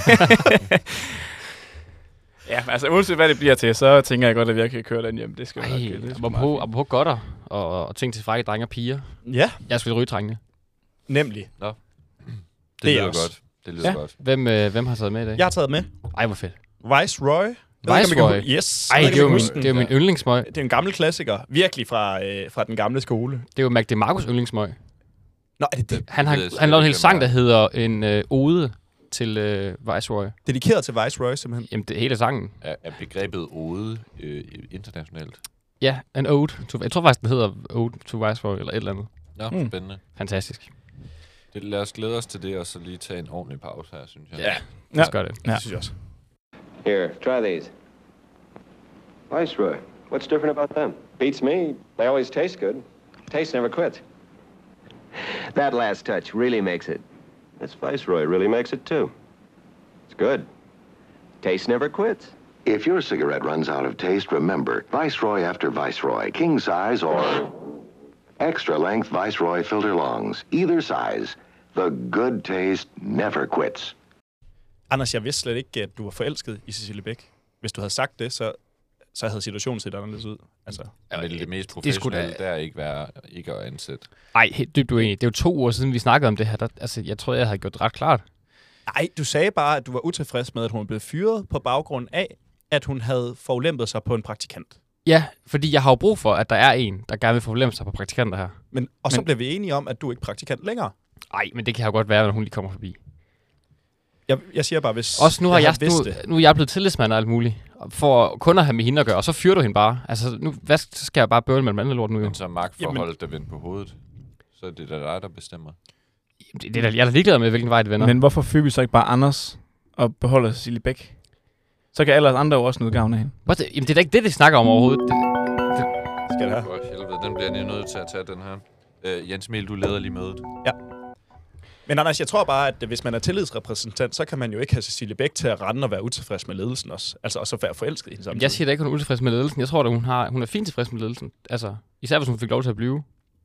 Ja, altså uanset hvad det bliver til, så tænker jeg godt, at jeg kan køre den hjem. Det skal Ej, jo nok apropos, apropos godter og, og ting til frække drenge og piger. Ja. Jeg skal ryge drengene. Nemlig. Nå. Det, det lyder også. godt. Det lyder ja. godt. Hvem, øh, hvem har taget med i dag? Jeg har taget med. Ej, hvor fedt. Viceroy. Viceroy? Yes. Ej, det er jo min, det er min yndlingsmøg. Det er en gammel klassiker. Virkelig fra, øh, fra den gamle skole. Det er jo Mac DeMarcos yndlingsmøg. Nå, er det det? Han har, han har lavet en hel sang, der hedder en øh, ode til øh, Viceroy. Dedikeret til Viceroy, simpelthen? Jamen, det hele sangen. Er, er begrebet ode øh, internationalt? Ja, en ode. To, jeg tror faktisk, den hedder Ode to Viceroy, eller et eller andet. Nå, mm. spændende. Fantastisk. Det, lad os glæde os til det, og så lige tage en ordentlig pause her, synes jeg. Ja, lad os gøre det. Ja. Det synes jeg også. Here, try these. Viceroy. What's different about them? Beats me. They always taste good. Taste never quits. That last touch really makes it. This Viceroy really makes it too. It's good. Taste never quits. If your cigarette runs out of taste, remember, Viceroy after Viceroy, king size or extra length Viceroy filter longs. Either size, the good taste never quits. Anders, jeg vidste slet ikke, at du var forelsket i Cecilie Bæk. Hvis du havde sagt det, så, så havde situationen set anderledes ud. Altså, ja, men det mest professionelle, der ikke være ikke at ansætte. Ej, helt dybt uenig. Det er jo to uger siden, vi snakkede om det her. Der, altså, jeg tror, jeg havde gjort det ret klart. Nej, du sagde bare, at du var utilfreds med, at hun blev fyret på baggrund af, at hun havde forulempet sig på en praktikant. Ja, fordi jeg har jo brug for, at der er en, der gerne vil forblemme sig på praktikanter her. Men, og så men, bliver vi enige om, at du ikke er praktikant længere. Nej, men det kan jo godt være, når hun lige kommer forbi. Jeg, jeg siger bare, hvis Også nu, har jeg, jeg nu, nu er jeg blevet tillidsmand og alt muligt, for kun at have med hende at gøre, og så fyrer du hende bare. Altså, nu hvad skal jeg bare bøvle med den anden lort nu jo. Men så er magtforholdet, der vender på hovedet. Så er det da dig, der bestemmer. Det, det er da, jeg er da ligeglad med, hvilken vej det vender. Men hvorfor fyrer vi så ikke bare Anders og beholder Cecilie Bæk? Så kan alle andre jo også noget gavn af hende. Det, jamen, det er da ikke det, det snakker om overhovedet. Det, det skal det have. For helvede, den bliver jeg nødt til at tage, den her. Øh, Jens Mel, du leder lige mødet. Ja. Men Anders, jeg tror bare, at hvis man er tillidsrepræsentant, så kan man jo ikke have Cecilie Bæk til at rende og være utilfreds med ledelsen også. Altså, og så være forelsket i hende samtidig. Jeg siger da ikke, hun er utilfreds med ledelsen. Jeg tror da, hun, har, hun er fint tilfreds med ledelsen. Altså, især hvis hun fik lov til at blive.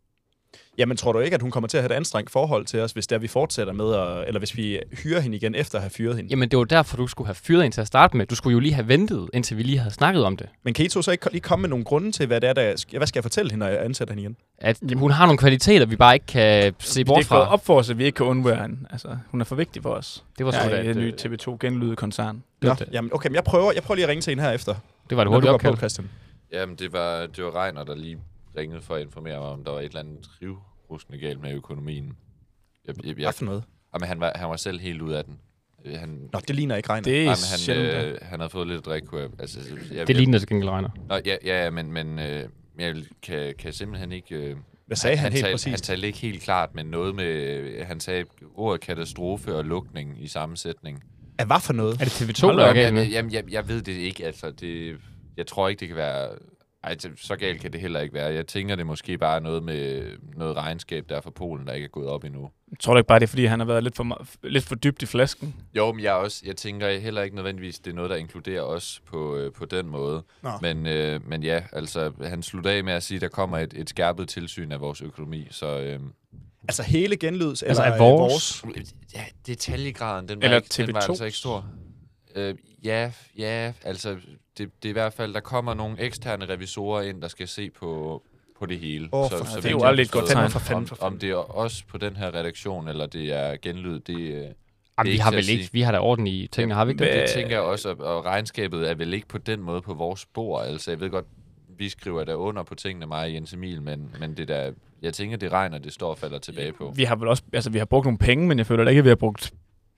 Jamen, tror du ikke, at hun kommer til at have et anstrengt forhold til os, hvis der vi fortsætter med, at, eller hvis vi hyrer hende igen efter at have fyret hende? Jamen, det var derfor, du skulle have fyret hende til at starte med. Du skulle jo lige have ventet, indtil vi lige havde snakket om det. Men kan I to så ikke lige komme med nogle grunde til, hvad det er, der, hvad skal jeg fortælle hende, når jeg ansætter hende igen? At hun har nogle kvaliteter, vi bare ikke kan se bort fra. Det er op for os, at vi ikke kan undvære hende. Altså, hun er for vigtig for os. Det var så ja, det, et nyt T V to genlydekoncern. Nå, jamen, okay, men jeg prøver, jeg prøver lige at ringe til hende her efter. Det var det hurtigt opkald. Christian. Jamen, det var, det var Reiner, der lige ringede for at informere mig, om der var et eller andet riv rusende galt med økonomien. Jeg, jeg, jeg, Hvad for noget? Jamen, han var, han var selv helt ud af den. Han, Nå, det ligner ikke Reiner. Det er jamen, han, øh, han havde fået lidt drik. Altså, jeg, det ligner til gengæld Reiner. Nå, ja, ja, men, men øh, jeg kan, kan simpelthen ikke... Øh, Hvad sagde han, han helt tal, præcist? Han talte ikke helt klart, men noget med... Han sagde ordet katastrofe og lukning i samme sætning. Er hvad for noget? Er det T V to, der er galt med? Jamen, jeg, jeg ved det ikke, altså. Det, jeg tror ikke, det kan være... Ej, så galt kan det heller ikke være. Jeg tænker, det måske bare er noget med noget regnskab der fra Polen, der ikke er gået op endnu. Jeg tror ikke bare, det er, fordi han har været lidt for, lidt for dybt i flasken? Jo, men jeg, også, jeg tænker heller ikke nødvendigvis, det er noget, der inkluderer os på, øh, på den måde. Men, øh, men ja, altså, han slutter af med at sige, at der kommer et, et skærpet tilsyn af vores økonomi, så... Øh, altså hele Genlyds, altså eller vores? vores? Ja, detaljegraden, den var, eller ikke, den var altså ikke stor. Øh, ja, ja, altså... Det, det er i hvert fald, der kommer nogle eksterne revisorer ind, der skal se på, på det hele. Oh, så, så det er jo aldrig et godt tegn. Om, om det er os på den her redaktion, eller det er Genlyd, det, det Jamen, vi har vel ikke, vi har da orden i tingene, har vi ikke det? Det tænker jeg også, og regnskabet er vel ikke på den måde på vores bord. Altså, jeg ved godt, vi skriver der under på tingene, mig og Jens Emil, men, men det der, jeg tænker, det regner, det står og falder tilbage på. Vi har vel også, altså vi har brugt nogle penge, men jeg føler da ikke, at vi har brugt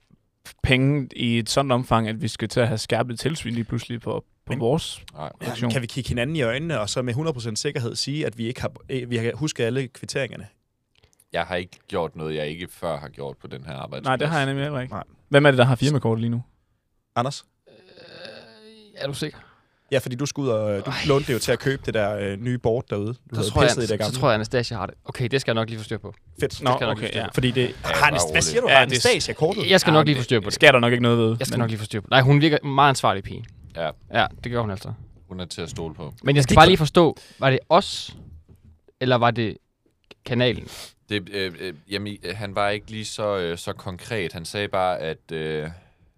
penge i et sådan omfang, at vi skal til at have skærpet tilsyn lige pludselig på, på men, vores ja, kan vi kigge hinanden i øjnene, og så med hundrede procent sikkerhed sige, at vi ikke har, vi har husket alle kvitteringerne? Jeg har ikke gjort noget, jeg ikke før har gjort på den her arbejdsplads. Nej, det har jeg nemlig heller ikke. Nej. Hvem er det, der har firmakort lige nu? Anders? Øh, er du sikker? Ja, fordi du skulle ud og du lånte det jo til at købe det der øh, nye board derude. Du så, tror jeg, i det gamle. Så tror jeg, Anastasia har det. Okay, det skal jeg nok lige få styr på. Fedt. Nå, det skal okay, ja. Fordi det... Ja, har hvad siger du? Ja, har Anastasia kortet? Jeg skal ja, nok lige få styr på det. Skal der nok ikke noget ved. Jeg skal men... nok lige få styr på det. Nej, hun virker meget ansvarlig pige. Ja. Ja, det gør hun altså. Hun er til at stole på. Men jeg skal bare lige forstå, var det os, eller var det kanalen? Det, øh, øh, jamen, han var ikke lige så, øh, så konkret. Han sagde bare, at, øh,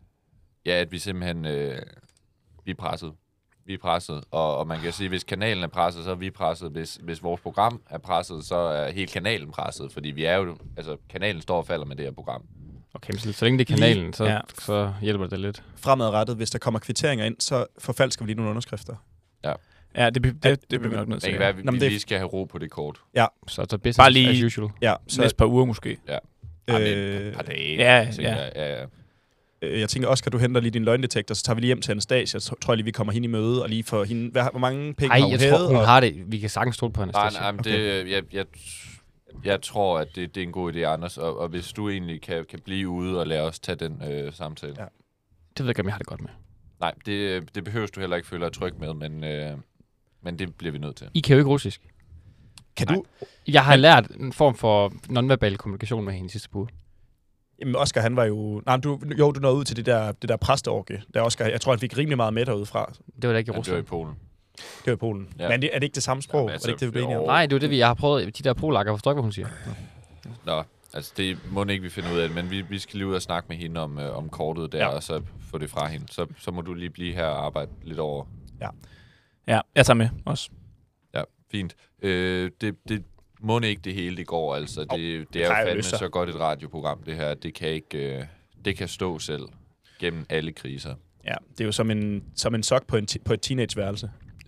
ja, at vi simpelthen øh, vi er presset. Vi er presset. Og, og man kan sige, at hvis kanalen er presset, så er vi presset. Hvis, hvis vores program er presset, så er hele kanalen presset. Fordi vi er jo, altså, kanalen står og falder med det her program. Okay, så, så længe det er kanalen, så, ja. så hjælper det lidt. Fremadrettet, hvis der kommer kvitteringer ind, så forfalsker vi lige nogle underskrifter. Ja. Ja, det, det, det, det bliver vi nok nødt til. Det kan være, vi, Nå, vi det... lige skal have ro på det kort. Ja. Så så business bare lige as usual. Ja, så næste par uger måske. Ja. Øh, et par dage. Ja, tænker, ja. ja, ja. Jeg tænker også, kan du hente lige din løgndetektor, så tager vi lige hjem til Anastasia. Så tror jeg lige, vi kommer hende i møde, og lige får hende... Hvad, hvor mange penge Ej, har hun jeg hævet? tror, hun og... har det. Vi kan sagtens stole på Anastasia. Nej, nej, okay. det, jeg, jeg, jeg tror, at det, det er en god idé, Anders. Og, og hvis du egentlig kan, kan blive ude og lade os tage den øh, samtale. Ja. Det ved jeg ikke, om jeg har det godt med. Nej, det, det behøver du heller ikke føle dig tryg med, men, øh, men det bliver vi nødt til. I kan jo ikke russisk. Kan nej. du? Jeg har lært en form for nonverbal kommunikation med hende sidste uge. Jamen, Oscar, han var jo... Nej, du, jo, du nåede ud til det der, det der præsteorgie. Der Oscar, jeg tror, han fik rimelig meget med derude fra. Det var da ikke i Rusland. Det var i Polen. Det var i Polen. Ja. Men er det, er det ikke det samme sprog? Ja, altså, er det ikke det, vi bliver enige om? Nej, det er jo det, vi jeg har prøvet. De der polakker, forstår ikke, hvad hun siger. Nå, altså det må ikke, vi finder ud af det, men vi, vi skal lige ud og snakke med hende om, øh, om kortet der, ja. Og så få det fra hende. Så, så må du lige blive her og arbejde lidt over. Ja. Ja, jeg tager med også. Ja, fint. Øh, det, det må ikke det hele, det går, altså. Det, oh, det, det er jo fandme så godt et radioprogram, det her. Det kan ikke... Øh, det kan stå selv gennem alle kriser. Ja, det er jo som en, som en sok på, en på et teenageværelse.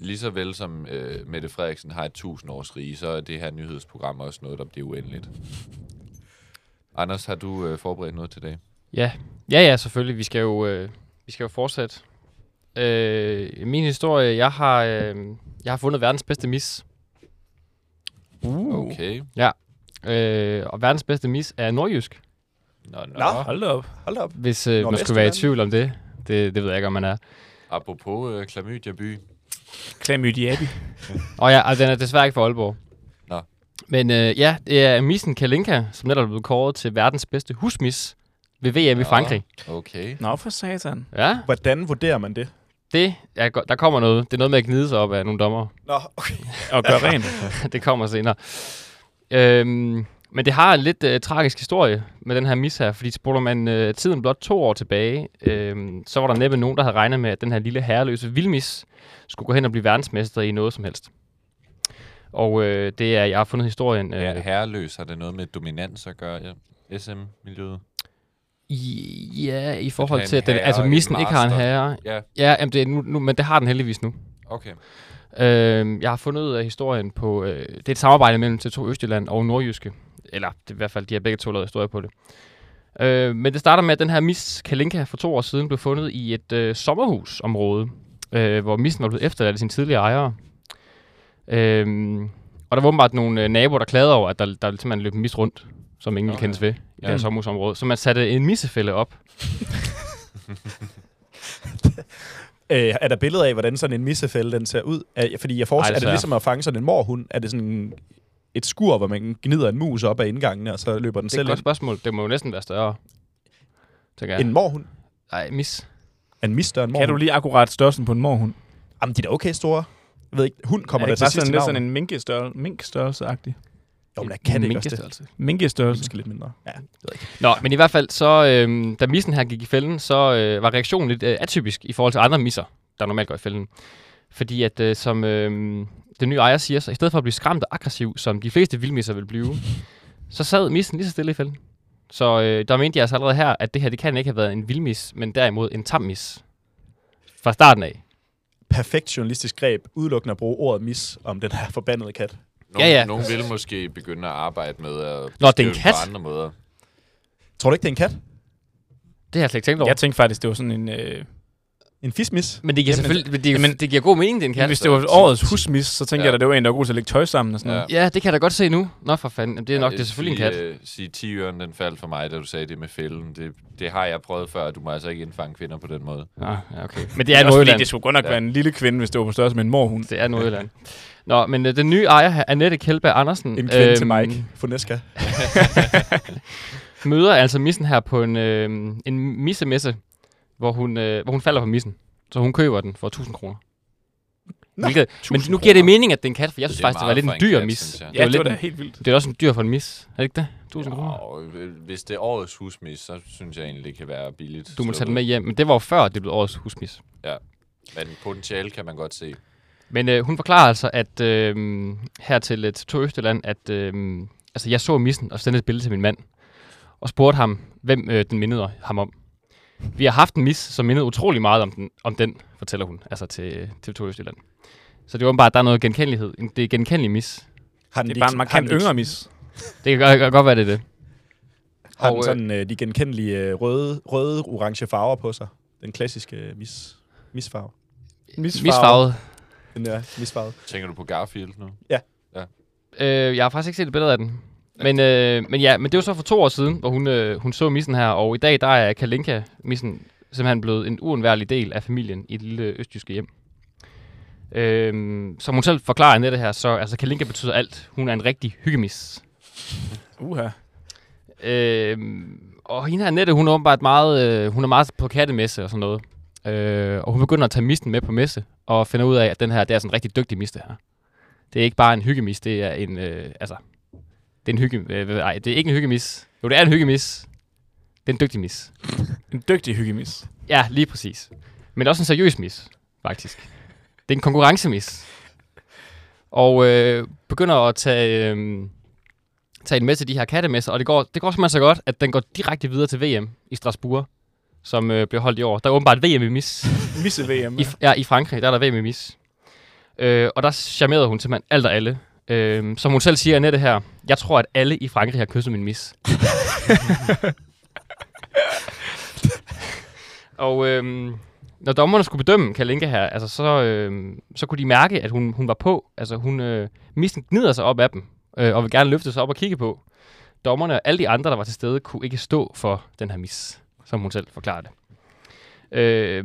lige så vel som øh, Mette Frederiksen har et tusind års rige, så er det her nyhedsprogram også noget, der bliver uendeligt. Anders, har du øh, forberedt noget til dag? Ja, ja, ja, selvfølgelig. Vi skal jo, øh, vi skal jo fortsætte. Øh, min historie, jeg har, øh, jeg har fundet verdens bedste mis. Uh. Okay. Ja, øh, og verdens bedste mis er nordjysk. Nå, nå. Nå, hold da op. Hold da op. Hvis øh, man skulle være i tvivl om det. det. Det ved jeg ikke, om man er. Apropos øh, Klamydia by. Klamydia by. Og ja, altså, den er desværre ikke fra Aalborg. Nå. Men øh, ja, det er missen Kalinka, som netop er blevet kåret til verdens bedste husmis ved V M i Frankrig. Okay. Nå, for satan. Ja. Hvordan vurderer man det? Det, ja, der kommer noget. Det er noget med at gnide sig op af nogle dommer. Nå, okay. Og gøre rent. Det kommer senere. Øhm, men det har en lidt øh, tragisk historie med den her mis her, fordi spoler man øh, tiden blot to år tilbage, øh, så var der næppe nogen, der havde regnet med, at den her lille herreløse vildmis skulle gå hen og blive verdensmester i noget som helst. Og øh, det er, jeg har fundet historien... Øh, ja, herreløs, har det noget med dominans at gøre, ja. S M-miljøet? I, ja, i forhold til, at den, altså missen ikke har en herre. Ja, ja jamen det er nu, nu, men det har den heldigvis nu. Okay. Øh, jeg har fundet ud af historien på... Øh, det er et samarbejde mellem T to Østjylland og Nordjyske. Eller det er i hvert fald, de har begge to lavet historie på det. Øh, men det starter med, at den her mis Kalinka for to år siden blev fundet i et øh, sommerhusområde, øh, hvor missen var blevet efterladt af sine tidligere ejere. Øh, og der var åbenbart nogle øh, naboer, der klagede over, at der, der simpelthen løb en mis rundt, som ingen okay. kendes ved i ja. det her sommerhusområde. Så man satte en missefælde op. Øh, er der billeder af, hvordan sådan en missefælde den ser ud? Er, fordi jeg forestiller, Ej, det er det ligesom at fange sådan en morhund? Er det sådan et skur, hvor man gnider en mus op ad indgangene, og så løber den selv ind? Det er et godt spørgsmål. Det må jo næsten være større. En morhund? Nej, mis. En mis større en morhund? Kan du lige akkurat størrelsen på en morhund? Jamen, de er da okay store. Jeg ved ikke, hund kommer der til sidst til navn. Er det sådan en minkestørrelse, minkstørrelse-agtig? Jo, men der kan det ikke også det. Minkestørrelse. Måske lidt mindre. Ja, det ved jeg ikke. Nå, men i hvert fald, så øh, da missen her gik i fælden, så øh, var reaktionen lidt øh, atypisk i forhold til andre misser, der normalt går i fælden. Fordi at, øh, som øh, den nye ejer siger, så i stedet for at blive skræmt og aggressiv, som de fleste vildmisser vil blive, så sad missen lige så stille i fælden. Så øh, der mente jeg altså allerede her, at det her, det kan ikke have været en vildmis, men derimod en tam mis. Fra starten af. Perfekt journalistisk greb, udelukkende at bruge ordet mis om den her forbandede kat. Nogle, ja, ja. Nogle vil måske begynde at arbejde med at Nå, det er en kat? på andre måder. Tror du ikke, det er en kat? Det har jeg slet ikke tænkt over. Jeg tænkte faktisk, det var sådan en... Øh... En fismis? Men det giver Jamen, selvfølgelig, det, men, det giver god mening, det er en kat. Hvis det var årets husmis, så tænker ja. jeg, at det var en, der var god til at lægge tøj sammen og sådan ja. noget. Ja, det kan jeg da godt se nu. Nå for fanden, det er nok, ja, det er selvfølgelig sige, en kat. Øh, sige tiøren, den faldt for mig, da du sagde det med fælden. Det, det har jeg prøvet før, du må altså ikke indfange kvinder på den måde. Ja, ja okay. Men det er Nordjylland. Det skulle godt nok ja. være en lille kvinde, hvis det var på størrelse med en morhund. Det er Nordjylland. Nå, men øh, den nye ejer her, Annette Kjeldberg Andersen... En kvinde øhm, til Mike Foneska. møder altså missen her på en, øh, en missemesse, hvor hun, øh, hvor hun falder på missen. Så hun køber den for tusind kroner. Nå, Hvilket, men nu giver det mening, at det er en kat, for jeg synes det faktisk, det var lidt en dyr kat, mis. Ja, det var, det var lidt da helt vildt. Det er også en dyr for en mis. Er det ikke det? tusind kroner. Ja, hvis det er årets husmis, så synes jeg egentlig, det kan være billigt. Du må tage den med hjem, men det var jo før, det blev årets husmis. Ja, men potentiale kan man godt se. Men øh, hun forklarer altså, at øh, her til T to Østjylland, at øh, altså, jeg så missen og sendte et billede til min mand, og spurgte ham, hvem øh, den mindede ham om. Vi har haft en mis, som mindede utrolig meget om den, om den fortæller hun, altså til T to Østjylland. Så det var bare, at der er noget genkendelighed. Det er genkendelig mis. Har den det er bare en markant yngre mis. Det kan godt, godt være, det er det. Har og, den sådan øh, de genkendelige røde, røde, orange farver på sig? Den klassiske mis, misfarve. Misfarvet. Den er misfarvet. Tænker du på Garfield nu? Ja. ja. Øh, jeg har faktisk ikke set et billede af den. Men, øh, men ja, men det var så for to år siden, hvor hun, øh, hun så missen her, og i dag der er Kalinka-missen simpelthen blevet en uundværlig del af familien i et lille østjyske hjem. Øh, som hun selv forklarer Annette her, så altså Kalinka betyder alt. Hun er en rigtig hyggemis. Uha. Øh, og hende her Annette, hun er åbenbart meget, øh, hun er meget på kattemesse og sådan noget. Øh, og hun begynder at tage missen med på messe, og finder ud af, at den her, det er sådan en rigtig dygtig mis, det her. Det er ikke bare en hyggemis, det er en, øh, altså... Det er en hygge... Øh, nej, det er ikke en hyggemis. Jo, det er en hyggemis. Det er en dygtig mis. En dygtig hyggemis? Ja, lige præcis. Men også en seriøs mis, faktisk. Det er en konkurrencemis. Og øh, begynder at tage, øh, tage den med til de her kattemesser, og det går, det går simpelthen så godt, at den går direkte videre til V M i Strasbourg, som øh, bliver holdt i år. Der er åbenbart V M i mis. Misse-V M? I, ja, i Frankrig, der er der V M i mis. Øh, og der charmerede hun simpelthen alt og alle. Øh, som hun selv siger, Annette her, jeg tror, at alle i Frankrig har kysset min mis. Og øhm, når dommerne skulle bedømme Kalinka her, altså, så, øhm, så kunne de mærke, at hun, hun var på. Altså, hun øh, missen gnider sig op af dem, øh, og vil gerne løfte sig op og kigge på. Dommerne og alle de andre, der var til stede, kunne ikke stå for den her mis, som hun selv forklarede det. Øh,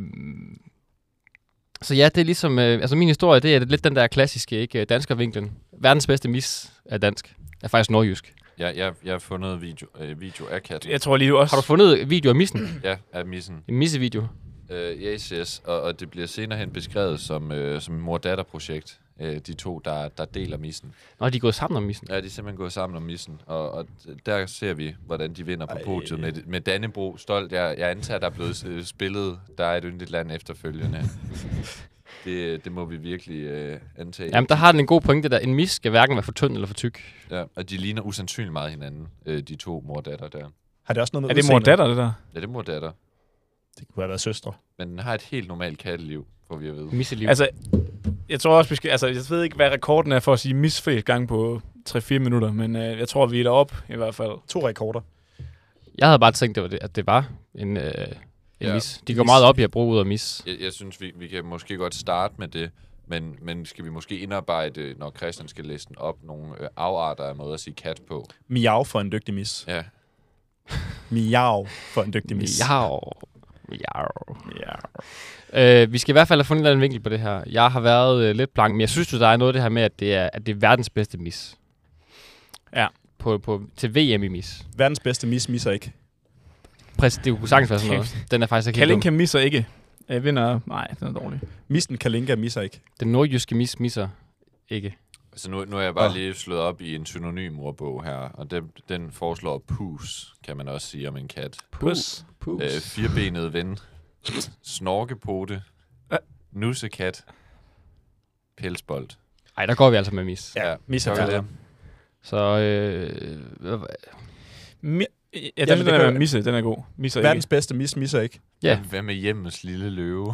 så ja, det er ligesom, øh, altså min historie, det er lidt den der klassiske, ikke, danskervinklen. Verdens bedste mis er dansk, er faktisk nordjysk. Ja, jeg, jeg har fundet video, øh, video af katten. Jeg tror lige, du også... Har du fundet video af missen? Ja, af missen. En missevideo? Øh, yes, yes. Og, og det bliver senere hen beskrevet som, øh, som mor-datter-projekt. Øh, de to, der, der deler missen. Nå, de er gået sammen om missen? Ja, de er simpelthen gået sammen om missen. Og, og der ser vi, hvordan de vinder på podiet med, med Dannebro. Stolt. Jeg, jeg antager, der er blevet spillet. Der er et yndigt land efterfølgende. Det, det må vi virkelig øh, antage. Jamen, der har den en god pointe der. En mis skal hverken være for tynd eller for tyk. Ja, og de ligner usandsynligt meget hinanden, øh, de to mor-datter der. Har det også noget med Er det mor-datter, det der? Ja, det er mor-datter. Det kunne have været søstre. Men den har et helt normalt katteliv, får vi at vide. Misseliv. Altså, jeg tror også, vi skal, altså, jeg ved ikke, hvad rekorden er for at sige mis flest gange på tre fire minutter, men øh, jeg tror, vi er deroppe i hvert fald. To rekorder. Jeg havde bare tænkt, det var det, at det var en, øh, en Ja. mis. De går meget op i at bruge ud af mis. Jeg, jeg synes, vi, vi kan måske godt starte med det, men, men skal vi måske indarbejde, når Christian skal læse den op, nogle øh, afarter af måder at sige kat på? Miau for en dygtig mis. Ja. Miau for en dygtig mis. Miau. Miau. Miau. Øh, vi skal i hvert fald have fundet en eller anden vinkel på det her. Jeg har været øh, lidt blank, men jeg synes, der er noget af det her med, at det er, at det er verdens bedste mis. Ja. På, på, til V M i mis. Verdens bedste mis misser ikke. Præcis, det kunne sagtens være sådan noget. Den er faktisk ikke helt Kalinka misser ikke. Jeg vinder... Nej, den er dårlig. Missen Kalinka misser ikke. Den nordjyske mis misser ikke. Altså nu, nu er jeg bare Oh. lige slået op i en synonymordbog her, og den, den foreslår pus, kan man også sige om en kat. Pus. Pus. Øh, firbenet ven. Snorkepote. Nussekat. Pelsbold. Ej, der går vi altså med mis. Ja, mis er gør det. det. Så, øh... Mi- ja, Ja, den, men den det er kan- misse, den er god. Misser Verdens ikke. bedste mis misser ikke. Ja. Hvad med hjemmets lille løve?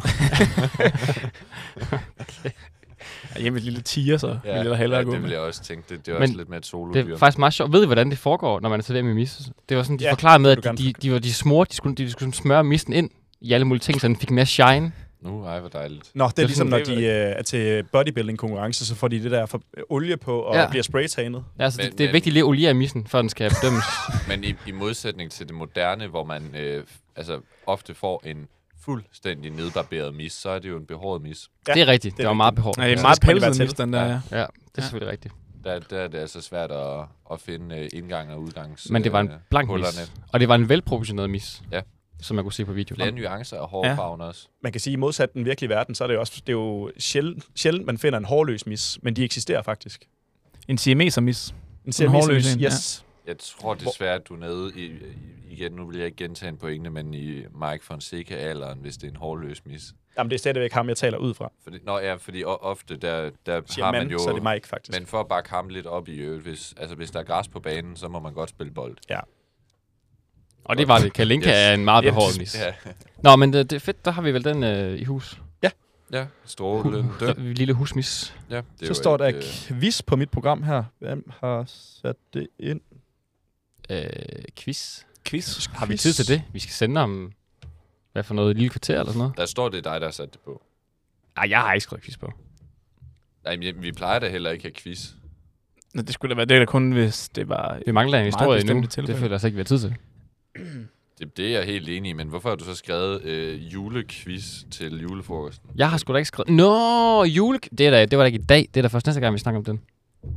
Ja, hjemme et lille tiger, så Ja, vil jeg hellere ja, gå det med. vil jeg også tænke. Det, det er Men også lidt med et solodyr. det er faktisk meget sjovt. Ved I, hvordan det foregår, når man er til det med mis? Det var sådan, de Ja, ja, forklarede med, det at vil du de, de, de, var de smurte, de skulle, de skulle smøre missen ind i alle mulige ting, så den fik mere shine. Nu, ej, hvor dejligt. Nå, det er Det er ligesom, sådan- når de øh, er til bodybuilding-konkurrence, så får de det der for, øh, olie på og Ja. bliver spraytanet. Ja, så Men- det, det er men- vigtigt lige at oliere missen, før den skal bedømmes. Men i, i modsætning til det moderne, hvor man øh, altså, ofte får en fuldstændig nedbarberet mis, så er det jo en behåret mis. Ja, det er rigtigt. Det, det var meget behåret. Ja, det er Ja, meget så skal det være pelset til. mis, den der, ja. Ja, det er selvfølgelig rigtigt. Der, der er det altså svært at, at finde øh, indgang og udgangs. Men det var en øh, blank hullerne. mis. Og det var en velproportioneret mis. Ja. Som man kunne se på video. Flere nuancer af hårfarven ja. også. Man kan sige, at modsat den virkelige verden, så er det jo også det er jo sjældent, sjældent, man finder en hårløs mis, men de eksisterer faktisk. En siameser mis. En siameser mis, en, yes. Jeg tror desværre, at du er nede i, i, igen, nu vil jeg ikke gentage en pointe, men i Mike Fonseca-alderen, hvis det er en hårløs mis. Jamen, det er stadigvæk ham, jeg taler ud fra. Fordi, nå ja, fordi o- ofte, der, der Siger har man, man jo... så er det Mike, faktisk. Men for at bakke ham lidt op i øvrigt, hvis, altså, hvis der er græs på banen, så må man godt spille bold. Ja. Og det var det. Kalinka yes. er en meget behåret mis. Ja. Nå, men det, det er fedt. Der har vi vel den øh, i hus. Ja. Ja, strålende. Hu- lille husmis. Ja, det er Så jo står der et, øh, quiz på mit program her. Hvem har sat det ind? Øh, quiz. Quiz. Har vi tid til det? Vi skal sende om, hvad for noget, et lille kvarter eller sådan noget? Der står, det er dig, der har sat det på. Nej, jeg har ikke skrevet quiz på. Nej, men vi plejer da heller ikke at have quiz. Nå, det skulle da være det, der kun hvis det var... Vi mangler en historie endnu. Det Det føler jeg altså ikke, vi har tid til. Det, det er jeg helt enig i, men hvorfor har du så skrevet øh, julequiz til julefrokosten? Jeg har sgu da ikke skrevet... Nå, jule... Det, er da, det var da ikke i dag. Det er da først næste gang, vi snakker om den.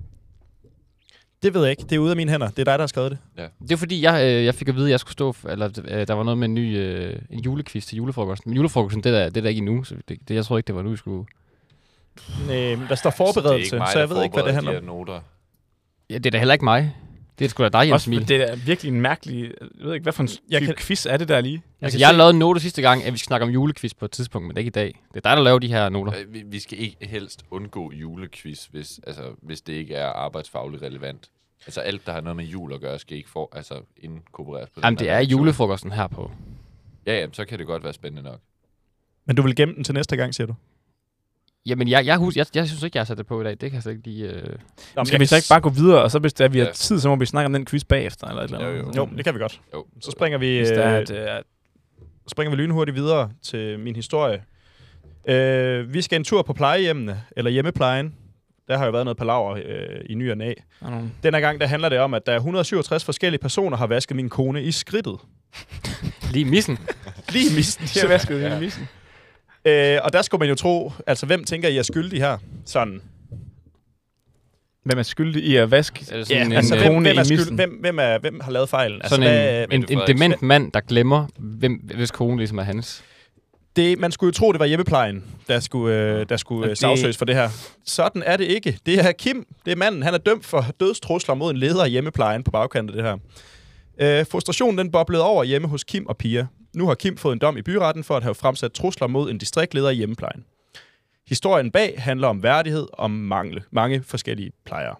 Det ved jeg ikke. Det er ude af mine hænder. Det er dig, der har skrevet det. Ja. Det er fordi, jeg, øh, jeg fik at vide, at jeg skulle stå... For, eller øh, der var noget med en ny øh, en julequiz til julefrokosten. Men julefrokosten, det er der, det er der ikke endnu. Så det, det, jeg tror ikke, det var nu, vi skulle... Nej, men der står forberedelse, så, mig, så jeg ved ikke, hvad det handler de om. her noter. Ja, det er da heller ikke mig. Det er sgu da dig, Jens Også, Emil. det er virkelig en mærkelig... Jeg ved ikke, hvad for en Jeg type kan- quiz er det der lige? Altså, jeg har lavet en note sidste gang, at vi skal snakke om julequiz på et tidspunkt, men det er ikke i dag. Det er dig, der laver de her noter. Øh, Vi, vi skal ikke helst undgå julequiz, hvis, altså, hvis det ikke er arbejdsfagligt relevant. Altså alt, der har noget med jul at gøre, skal ikke for, altså, inkorporeres på Jamen, den det her er lektion. julefrokosten her på. Ja, ja, så kan det godt være spændende nok. Men du vil gemme den til næste gang, siger du? Jamen, jeg, jeg, husker, jeg, jeg synes ikke, jeg har sat det på i dag. Det kan jeg slet ikke lige... Øh... Nå, skal vi så ikke bare gå videre, og så hvis der, vi har ja. tid, så må vi snakke om den quiz bagefter? Eller et eller andet. Jo, jo. jo, det kan vi godt. Jo. Så springer vi, hvis der er et, øh, springer vi lynhurtigt videre til min historie. Øh, vi skal en tur på plejehjemmene, eller hjemmeplejen. Der har jo været noget palaver øh, i ny og næ. Mm. Denne gang der handler det om, at der er et hundrede og syvogtres forskellige personer har vasket min kone i skridtet. Lige missen. Lige missen. De har vasket ja. i missen. Øh, og der skulle man jo tro, altså hvem tænker I er skyldig her? Sådan. Hvem er skyldig i at vaske ja, en, altså, en hvem, kone hvem, er i skyld, missen? hvem, hvem, er, hvem har lavet fejlen? Altså, Sådan hvad, en, en, en dement mand, der glemmer, hvem, hvis kone ligesom er hans. Det, man skulle jo tro, det var hjemmeplejen, der skulle, øh, der skulle det... sagsøges for det her. Sådan er det ikke. Det er Kim, det er manden. Han er dømt for dødstrusler mod en leder i hjemmeplejen på bagkanten af det her. Øh, frustrationen den boblede over hjemme hos Kim og Pia. Nu har Kim fået en dom i byretten for at have fremsat trusler mod en distriktleder i hjemmeplejen. Historien bag handler om værdighed og om mangle, mange forskellige plejere.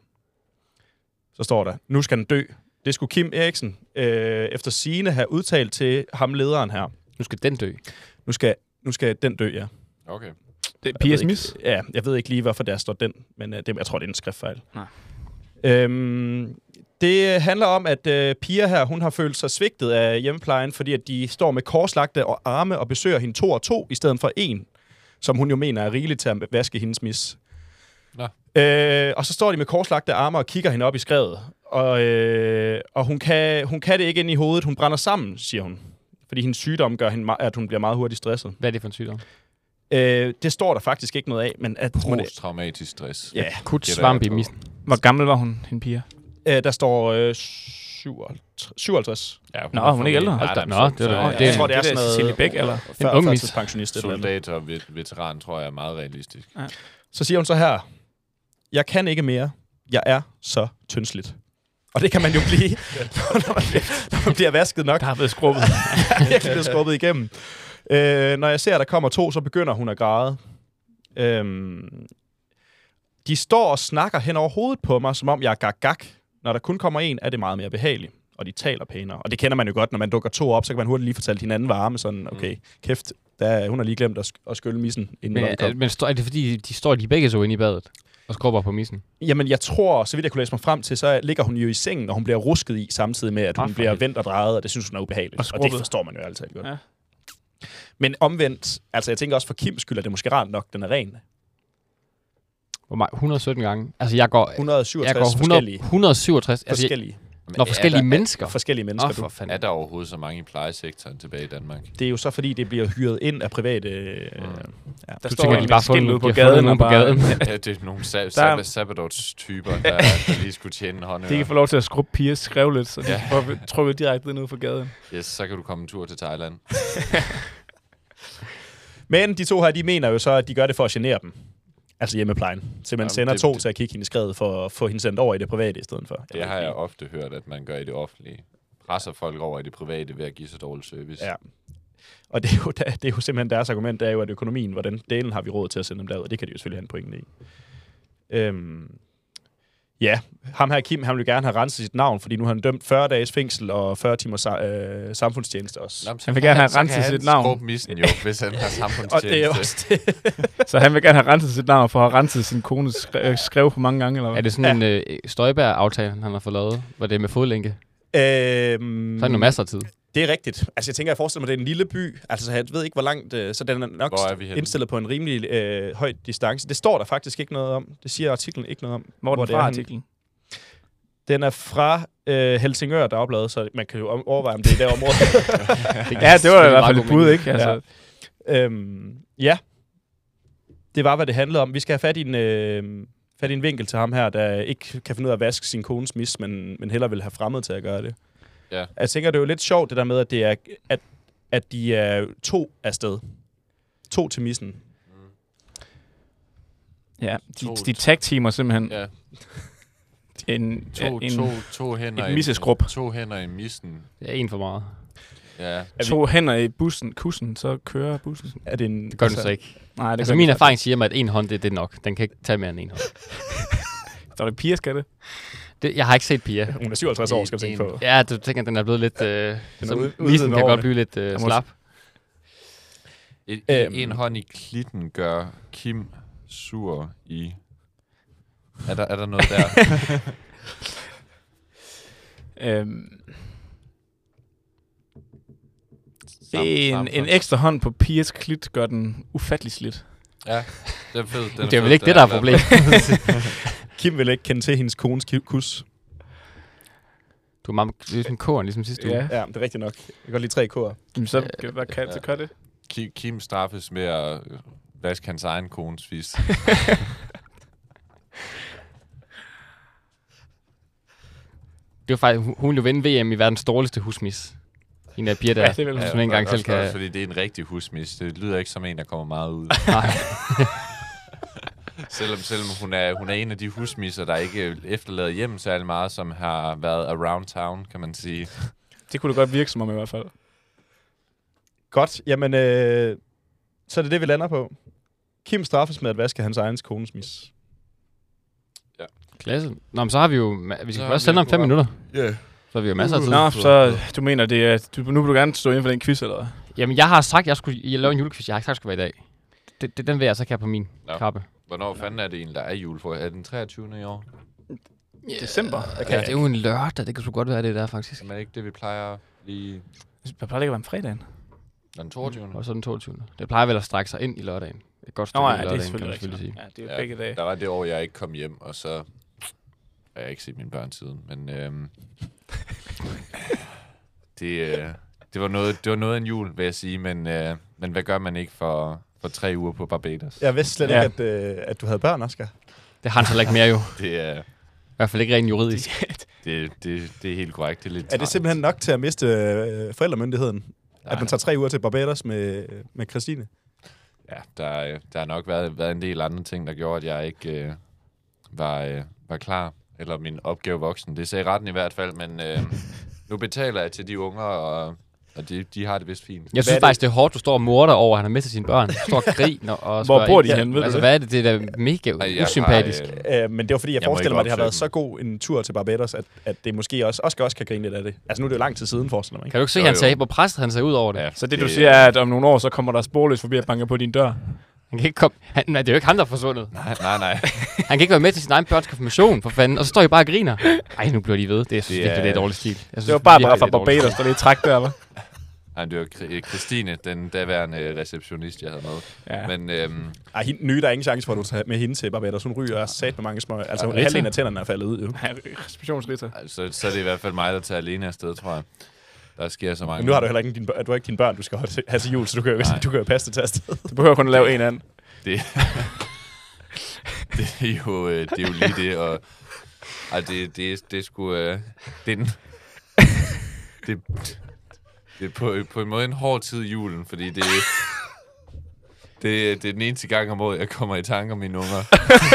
Så står der, nu skal den dø. Det skulle Kim Eriksen øh, efter sigende have udtalt til ham lederen her. Nu skal den dø. Nu skal, nu skal den dø, ja. Okay. Det er Pias mis? Ja, jeg ved ikke lige, hvorfor der står den, men øh, det, jeg tror, det er en skriftfejl. Nej. Øhm, det handler om, at øh, Pia her, hun har følt sig svigtet af hjemmeplejen, fordi at de står med korslagte og arme og besøger hende to og to, i stedet for en, som hun jo mener er rigeligt til at vaske hendes mis. Nå. Øh, og så står de med korslagte arme og kigger hende op i skrevet. Og, øh, og hun, kan, hun kan det ikke ind i hovedet. Hun brænder sammen, siger hun. Fordi hendes sygdom gør, hende, at hun bliver meget hurtigt stresset. Hvad er det for en sygdom? Øh, det står der faktisk ikke noget af. Men at posttraumatisk stress. Ja. Akut svamp i missen. Hvor gammel var hun, hende Pia? Øh, der står øh, syvoghalvtreds. Ja, hun Nå, hun er ikke ældre. Ja, Nå, det er ja, det. Jeg tror, det er sådan noget... Cecilie Bæk, eller? En ung mis. Pensionist. Soldat og veteran, tror jeg er meget realistisk. Ja. Så siger hun så her, jeg kan ikke mere. Jeg er så tyndsligt. Og det kan man jo blive, når, man bliver, når man bliver vasket nok. Der har blevet skrubbet. Jeg bliver skrubbet igennem. Øh, når jeg ser, at der kommer to, så begynder hun at græde. Øhm, de står og snakker hen over hovedet på mig, som om jeg er gag-gag. Når der kun kommer en, er det meget mere behageligt. Og de taler pænere. Og det kender man jo godt, når man dukker to op, så kan man hurtigt lige fortælle hinanden varme. Sådan, okay, kæft, der, hun har lige glemt at, sk- at skylle missen, inden men, kom. Men er det fordi, de står de begge så inde i badet og skrubber på missen? Jamen, jeg tror, så vidt jeg kunne læse mig frem til, så ligger hun jo i sengen, og hun bliver rusket i, samtidig med, at hun ah, bliver vendt og drejet, og det synes hun er ubehageligt. Og, og det forstår man jo altid godt. Ja. Men omvendt, altså jeg tænker også for Kims skyld, at det måske rart nok, den er ren. Hvor meget? et hundrede og sytten gange? Altså jeg går... et hundrede og syvogtres jeg går hundrede, forskellige. et hundrede og syvogtres altså, forskellige. Når forskellige der, mennesker? Forskellige mennesker, oh, for fanden. Er der overhovedet så mange i plejesektoren tilbage i Danmark? Det er jo så, fordi det bliver hyret ind af private... Øh, mm. ja. Der du står tænker, de bare fundet ud på gaden. Nogen på gaden. Ja, det er nogle sab- sabbatårs-typer, der, der lige skulle tjene en hånd. De kan få lov til at skrubbe Pias skrev lidt, så de ja. får trukket direkte ned på gaden. Yes, så kan du komme en tur til Thailand. Men de to her, de mener jo så, at de gør det for at genere dem. Altså hjemmeplejen. Så man sender det, to det, til at kigge hende i skredet for at få hende sendt over i det private i stedet for. Det har jeg ofte hørt, at man gør i det offentlige. Presser folk over i det private ved at give så dårlig service. Ja. Og det er, jo, det er jo simpelthen deres argument, det er jo, at økonomien, hvordan delen har vi råd til at sende dem derud. Det kan de jo selvfølgelig have en pointe i. Øhm, ja, ham her Kim, han vil gerne have renset sit navn, fordi nu har han dømt fyrre dages fængsel og fyrre timers øh, samfundstjeneste også. Nå, han vil gerne have renset sit navn. Så kan han missen jo, hvis han har samfundstjeneste. Og det er også det. Så han vil gerne have renset sit navn for at have renset sin kones skrev, skrev for mange gange, eller hvad? Er det sådan ja. en øh, Støjberg-aftale, han har fået lavet, hvor det er med fodlænke? Øhm, så er det jo masser af tid. Det er rigtigt. Altså jeg tænker, jeg forestiller mig, det er en lille by. Altså jeg ved ikke, hvor langt, øh, så den er nok er indstillet på en rimelig øh, høj distance. Det står der faktisk ikke noget om. Det siger artiklen ikke noget om. Hvor er den fra, artiklen? Den er fra øh, Helsingør Dagblad, så man kan jo overveje, om det er det område. Ja, det var i hvert fald et bud, ikke? Altså. Ja. Øhm, ja. Det var, hvad det handlede om. Vi skal have fat i en, øh, fat i en vinkel til ham her, der ikke kan finde ud af at vaske sin kones mis, men, men hellere vil have fremmed til at gøre det. Ja. Jeg tænker, det er jo lidt sjovt, det der med, at, det er, at, at de er to afsted. To til missen. Ja, de, de tag-teamer simpelthen. Ja. En, to, en, to, to hænder en misseskrub. To hænder i missen. Ja, en for meget. Ja. To hænder i bussen, kussen, så kører bussen. Er det, en, det gør den så ikke. Nej, det altså min erfaring siger mig, at en hånd, det, det er nok. Den kan ikke tage mere end en hånd. Så er det Pia, skal det? det? Jeg har ikke set Pia. Hun er syvoghalvtreds år, skal du tænke på. Ja, du tænker, den er blevet lidt... Øh, så missen kan godt blive lidt øh, slap. Et, øhm. En hånd i klitten gør Kim sur i... Er der, er der noget der? øhm. En, en ekstra hånd på pigers klit gør den ufattelig slidt. Ja, det er fedt. Det er, det er vel ikke det, der er problemet. Kim vil ikke kende til hendes kones kus. Du er meget ligesom k'eren, ligesom sidste uge. Ja. ja, det er rigtigt nok. Jeg kan godt lide tre k'er. Jamen, så kan hvad kan, så gør det. Kim, Kim straffes med at vaske hans egen kones fis. Det var faktisk, hun, hun ville jo vinde V M i verdens dårligste husmis. En af piger, der, ja, det ja, som ikke engang selv kan... Også, fordi det er en rigtig husmis. Det lyder ikke som en, der kommer meget ud. Nej. selvom, selvom hun er, hun er en af de husmisser, der ikke efterlader hjem særlig meget, som har været around town, kan man sige. Det kunne da godt virke som om i hvert fald. Godt. Jamen, øh, så er det det, vi lander på. Kim straffes med at vaske hans egen kones mis. Ja. Klasse. Nå, men så har vi jo... Vi skal bare sende om fem minutter. Ja. Yeah. Så har vi jo masser af tid. Nå, så du mener, det er, du, nu vil du gerne stå inden for den quiz, eller hvad? Jamen, jeg har sagt, at jeg skulle jeg lave en julequiz. Jeg har ikke sagt, at det skulle være i dag. Det, det, den vil jeg så kan på min ja. kappe. Hvornår fanden er det egentlig, der er jul for? Er den treogtyvende i år? Yeah. December? Okay. Ja, det er jo en lørdag. Det kan sgu godt være, det der faktisk. Men er ikke det, vi plejer lige... Det plejer ikke at være om fredagen. Den toogtyvende Og så den toogtyvende Det plejer vel at strække sig ind i lørdagen. Et godt stykke Nå, ja, i lørdagen, det er selvfølgelig, kan man selvfølgelig sige. Ja, det er jo ja, begge dage. Der var det år, jeg ikke kom hjem, og så har jeg ikke set mine børn siden. Men øhm, det, øh, det, var noget, det var noget af en jul, vil jeg sige. Men, øh, men hvad gør man ikke for, for tre uger på Barbados? Jeg vidste slet ja. ikke, at, øh, at du havde børn, Oscar. Det har han så ikke mere jo. Det er... I hvert fald ikke rent juridisk. det, det, det er helt korrekt. Det er, lidt er det travlt. Simpelthen nok til at miste øh, forældremyndigheden? Nej. At man tager tre uger til Barbados med, med Christine? Ja, der, der har nok været, været en del andre ting, der gjorde, at jeg ikke øh, var, øh, var klar. Eller min opgave voksen. Det sagde retten i hvert fald, men øh, nu betaler jeg til de unger, og, og de, de har det vist fint. Jeg synes det? faktisk, det er hårdt, du står og morder over, at han har mistet sine børn. Du står og griner og Hvor bor de henne, ved altså, du hvad er det? Det er da mega Ej, usympatisk. Har, øh, øh, men det var fordi, jeg, jeg forestiller mig, at det har været så god en tur til Barbados, at, at det måske også, Oscar også kan grine lidt af det. Altså nu er det jo lang tid siden, forestiller mig. Kan du ikke se, jo, han sagde, hvor presset han ser ud over det? Ja, så det, det, du siger, er, at om nogle år, så kommer der sporløs forbi at banke på din dør? Han kan ikke komme... Han, nej, det er jo ikke ham, der er forsvundet. Nej, nej, nej. Han kan ikke være med til sin egen børns konfirmation, for fanden. Og så står I bare og griner. Ej, nu bliver de ved. Det er, det er, det er dårlig stil. Jeg synes, det var bare bare fra Barbados, der lige træk der, hva'? Nej, det var Christine, den daværende receptionist, jeg havde med. Ja. Men, øhm, Ej, hende, nye, der er ingen chance for, at du tager med hende til Barbados. Hun ryger sat med mange små... Altså, ja, halvdelen af tænderne er faldet ud, jo. Ja, receptionsritter. Altså, så er det i hvert fald mig, der tager alene afsted, tror jeg. Der sker så mange... Men nu har du heller ikke din, du har ikke dine børn, du skal have til jul, så du kan jo, du kan jo passe det til afsted. Du behøver kun at lave en anden. Det, det, er jo, det er jo lige det, og ej, det, det, det er sgu... Øh, det, er den, det, det er på, på en måde en hård tid i julen, fordi det, det, det er den eneste gang om året, jeg kommer i tanke om mine unger.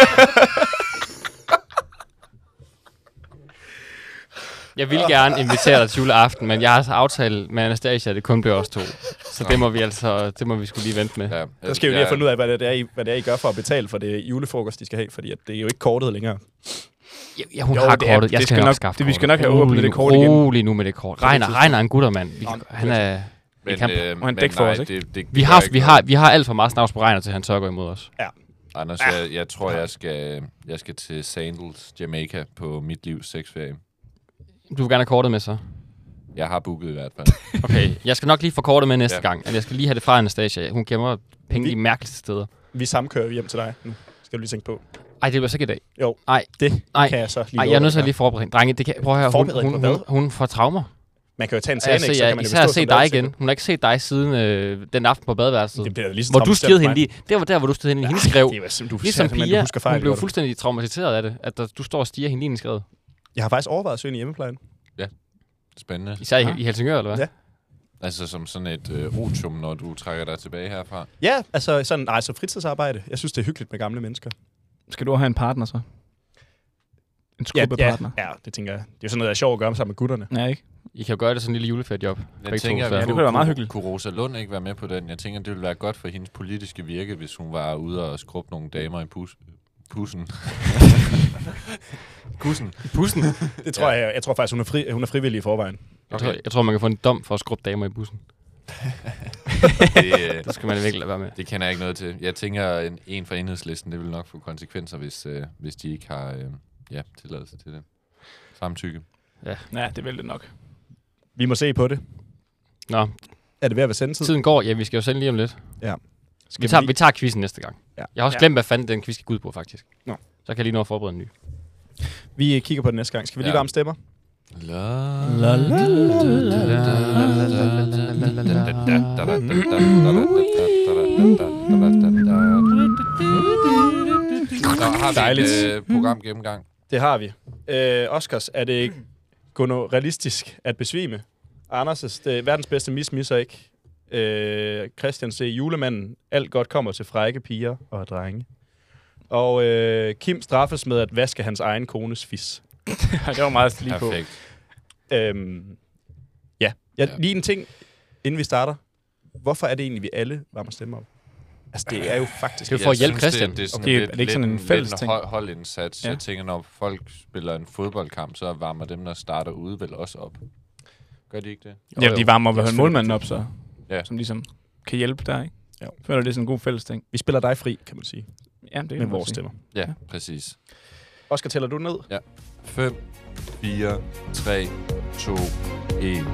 Jeg vil gerne invitere dig til juleaften, men jeg har altså aftalt med Anastasia, at det kun bliver os to. Så det må vi altså, det må vi skulle lige vente med. Ja, så skal vi lige have fundet ud af, hvad det er, I, hvad det er, I gør for at betale for det julefrokost, de skal have, fordi at det er jo ikke kortet længere. Ja, ja hun jo, har kortet. Jeg skal, skal nok, nok skaffe det. Vi skal nok have åbnet det kort igen. Rolig nu med det kort. Regner, Regner en gutter, mand. Vi, han er... Men, kan, øh, han dæk for os, ikke? Det, det, vi, har, vi, har, vi har alt for meget snavs på Regner, til han tør gå imod os. Ja. Anders, ja. jeg, jeg tror, jeg skal, jeg skal til Sandals, Jamaica på mit livs sexferie. Du vil gerne have kortet med, så? Jeg har booket i hvert fald. Okay, jeg skal nok lige få kortet med næste ja. gang. Altså, jeg skal lige have det fra Anastasia. Hun gemmer penge i mærkeligste steder. Vi samkører hjem til dig nu. Skal du lige tænke på. Ej, det bliver så ikke i dag. Jo, Ej, det Ej. kan jeg så lige Ej, jeg er nødt til at lige forberede. Drenge, det kan, prøv at høre, hun, hun, hun, hun får traumer. Man kan jo tage en Xanax, altså, så kan man jo især se dig igen. Hun har ikke set dig siden øh, den aften på badeværelset. Det bliver lige hvor du stirrede hende lige. Det var der, hvor du stirrede hende i hendes skrev. Du ligesom Pia, hun blev fuldstændig traumatiseret af det, at der, du står og stiger hende i hendes skrevet. Jeg har faktisk overvejet at søge i hjemmeplejen. Ja, spændende. Især i, i Helsingør, eller hvad? Ja. Altså som sådan et øh, otium, når du trækker dig tilbage herfra? Ja, altså sådan altså fritidsarbejde. Jeg synes, det er hyggeligt med gamle mennesker. Skal du have en partner så? En skrubbepartner? Ja, ja, ja, det tænker jeg. Det er jo sådan noget, der er sjovt at gøre sammen med gutterne. Ja, ikke? I kan jo gøre det sådan en lille juleferiejob. Jeg tænker, to, det kunne være meget hyggeligt. Kunne Rosa Lund ikke være med på den? Jeg tænker, det ville være godt for hendes politiske virke, hvis hun var ude og skrubbe nogle damer i pus pussen. Kussen. Pussen? Det tror ja. jeg. Jeg tror faktisk, hun er, fri, hun er frivillig i forvejen. Okay. Jeg, tror, jeg tror, man kan få en dom for at skrubbe damer i bussen. det, øh, det skal man virkelig lade være med. Det kender jeg ikke noget til. Jeg tænker, en, en fra enhedslisten, det vil nok få konsekvenser, hvis, øh, hvis de ikke har øh, ja, tilladelse til det. Samtykke. Ja. ja, det vil det nok. Vi må se på det. Nå. Er det ved at være sendetid? Tiden går. Ja, vi skal jo sende lige om lidt. Ja. Vi tager, vi tager quizzen næste gang. Ja. Jeg har også Ja. glemt, hvad fanden den quiz skal gå ud på, faktisk. Nå. Så kan jeg lige nå at forberede en ny. Vi kigger på den næste gang. Skal vi lige Ja. varme stemmer? La, la, la, Så har vi Dejligt. et øh, program gennemgang. Det har vi. Øh, Oscars, er det ikke realistisk at besvime? Anders' det, verdens bedste mis misser ikke. Øh, Christian C. Julemanden. Alt godt kommer til frække piger og drenge. Og øh, Kim straffes med at vaske hans egen kones fis. Det var meget lige på. Perfekt. Øhm, ja. ja, lige en ting, inden vi starter. Hvorfor er det egentlig, vi alle varmer stemmer om? Altså, det er jo faktisk... Det er for at hjælpe Christian. Det, det er, sådan Okay, lidt, er det ikke sådan en lidt fælles lidt ting? hold, holdindsats. Ja. Jeg tænker, når folk spiller en fodboldkamp, så varmer dem, der starter ude, vel også op. Gør de ikke det? Ja, de varmer vel ja, målmanden op, så, ja. som ligesom kan hjælpe der, ikke? Ja. Jeg føler, det er sådan en god fælles ting. Vi spiller dig fri, kan man sige. Ja, det kan med man vores sige. stemmer. Ja, ja, præcis. Oscar, tæller du ned? Ja. fem, fire, tre, to, et.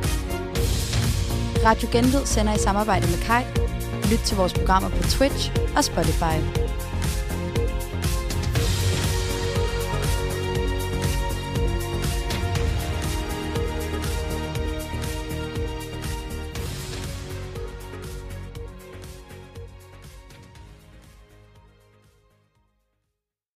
Radio Genlyd sender i samarbejde med Kai. Lyt til vores programmer på Twitch og Spotify.